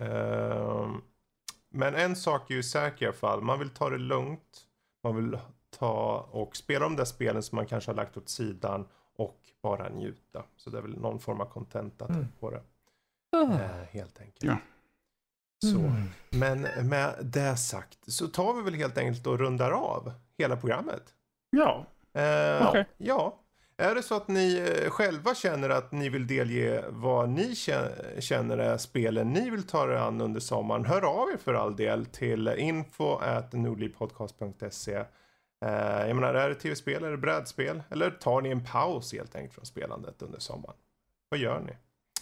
Eh, men en sak är ju säker i alla fall. Man vill ta det lugnt. Man vill ta och spela de där spelen som man kanske har lagt åt sidan och bara njuta. Så det är väl någon form av contenta Mm. på det. Ah. Eh, helt enkelt. Ja. Så. Mm. Men med det sagt så tar vi väl helt enkelt och rundar av hela programmet. Ja. Eh, Okej. Ja. Är det så att ni eh, själva känner att ni vill delge vad ni kä- känner är spelen ni vill ta er an under sommaren, hör av er för all del till info at nordlivpodcast punkt se. Eh, jag menar, är det tv-spel, är det brädspel, eller tar ni en paus helt enkelt från spelandet under sommaren? Vad gör ni?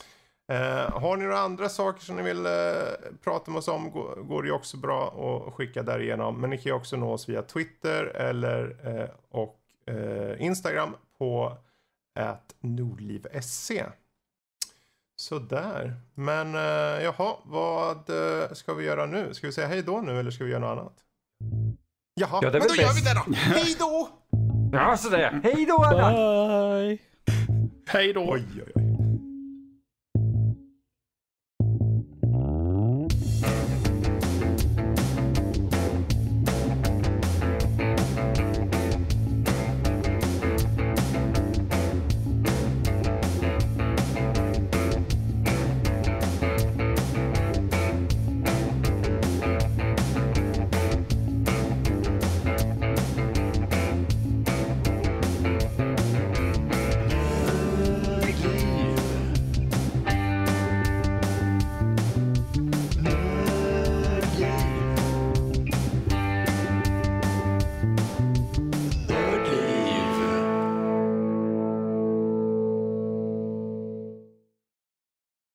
Eh, har ni några andra saker som ni vill eh, prata med oss om, går, går det ju också bra att skicka där igenom. Men ni kan ju också nå oss via Twitter eller eh, och eh, Instagram på at nordliv.se. Sådär. Men eh, jaha, vad eh, ska vi göra nu? Ska vi säga hej då nu eller ska vi göra något annat? Jaha, Ja, det är men väl då gör bäst. vi det då! Hej då! Ja, sådär. Hej då alla! Bye! Hej då. Oj, oj, oj.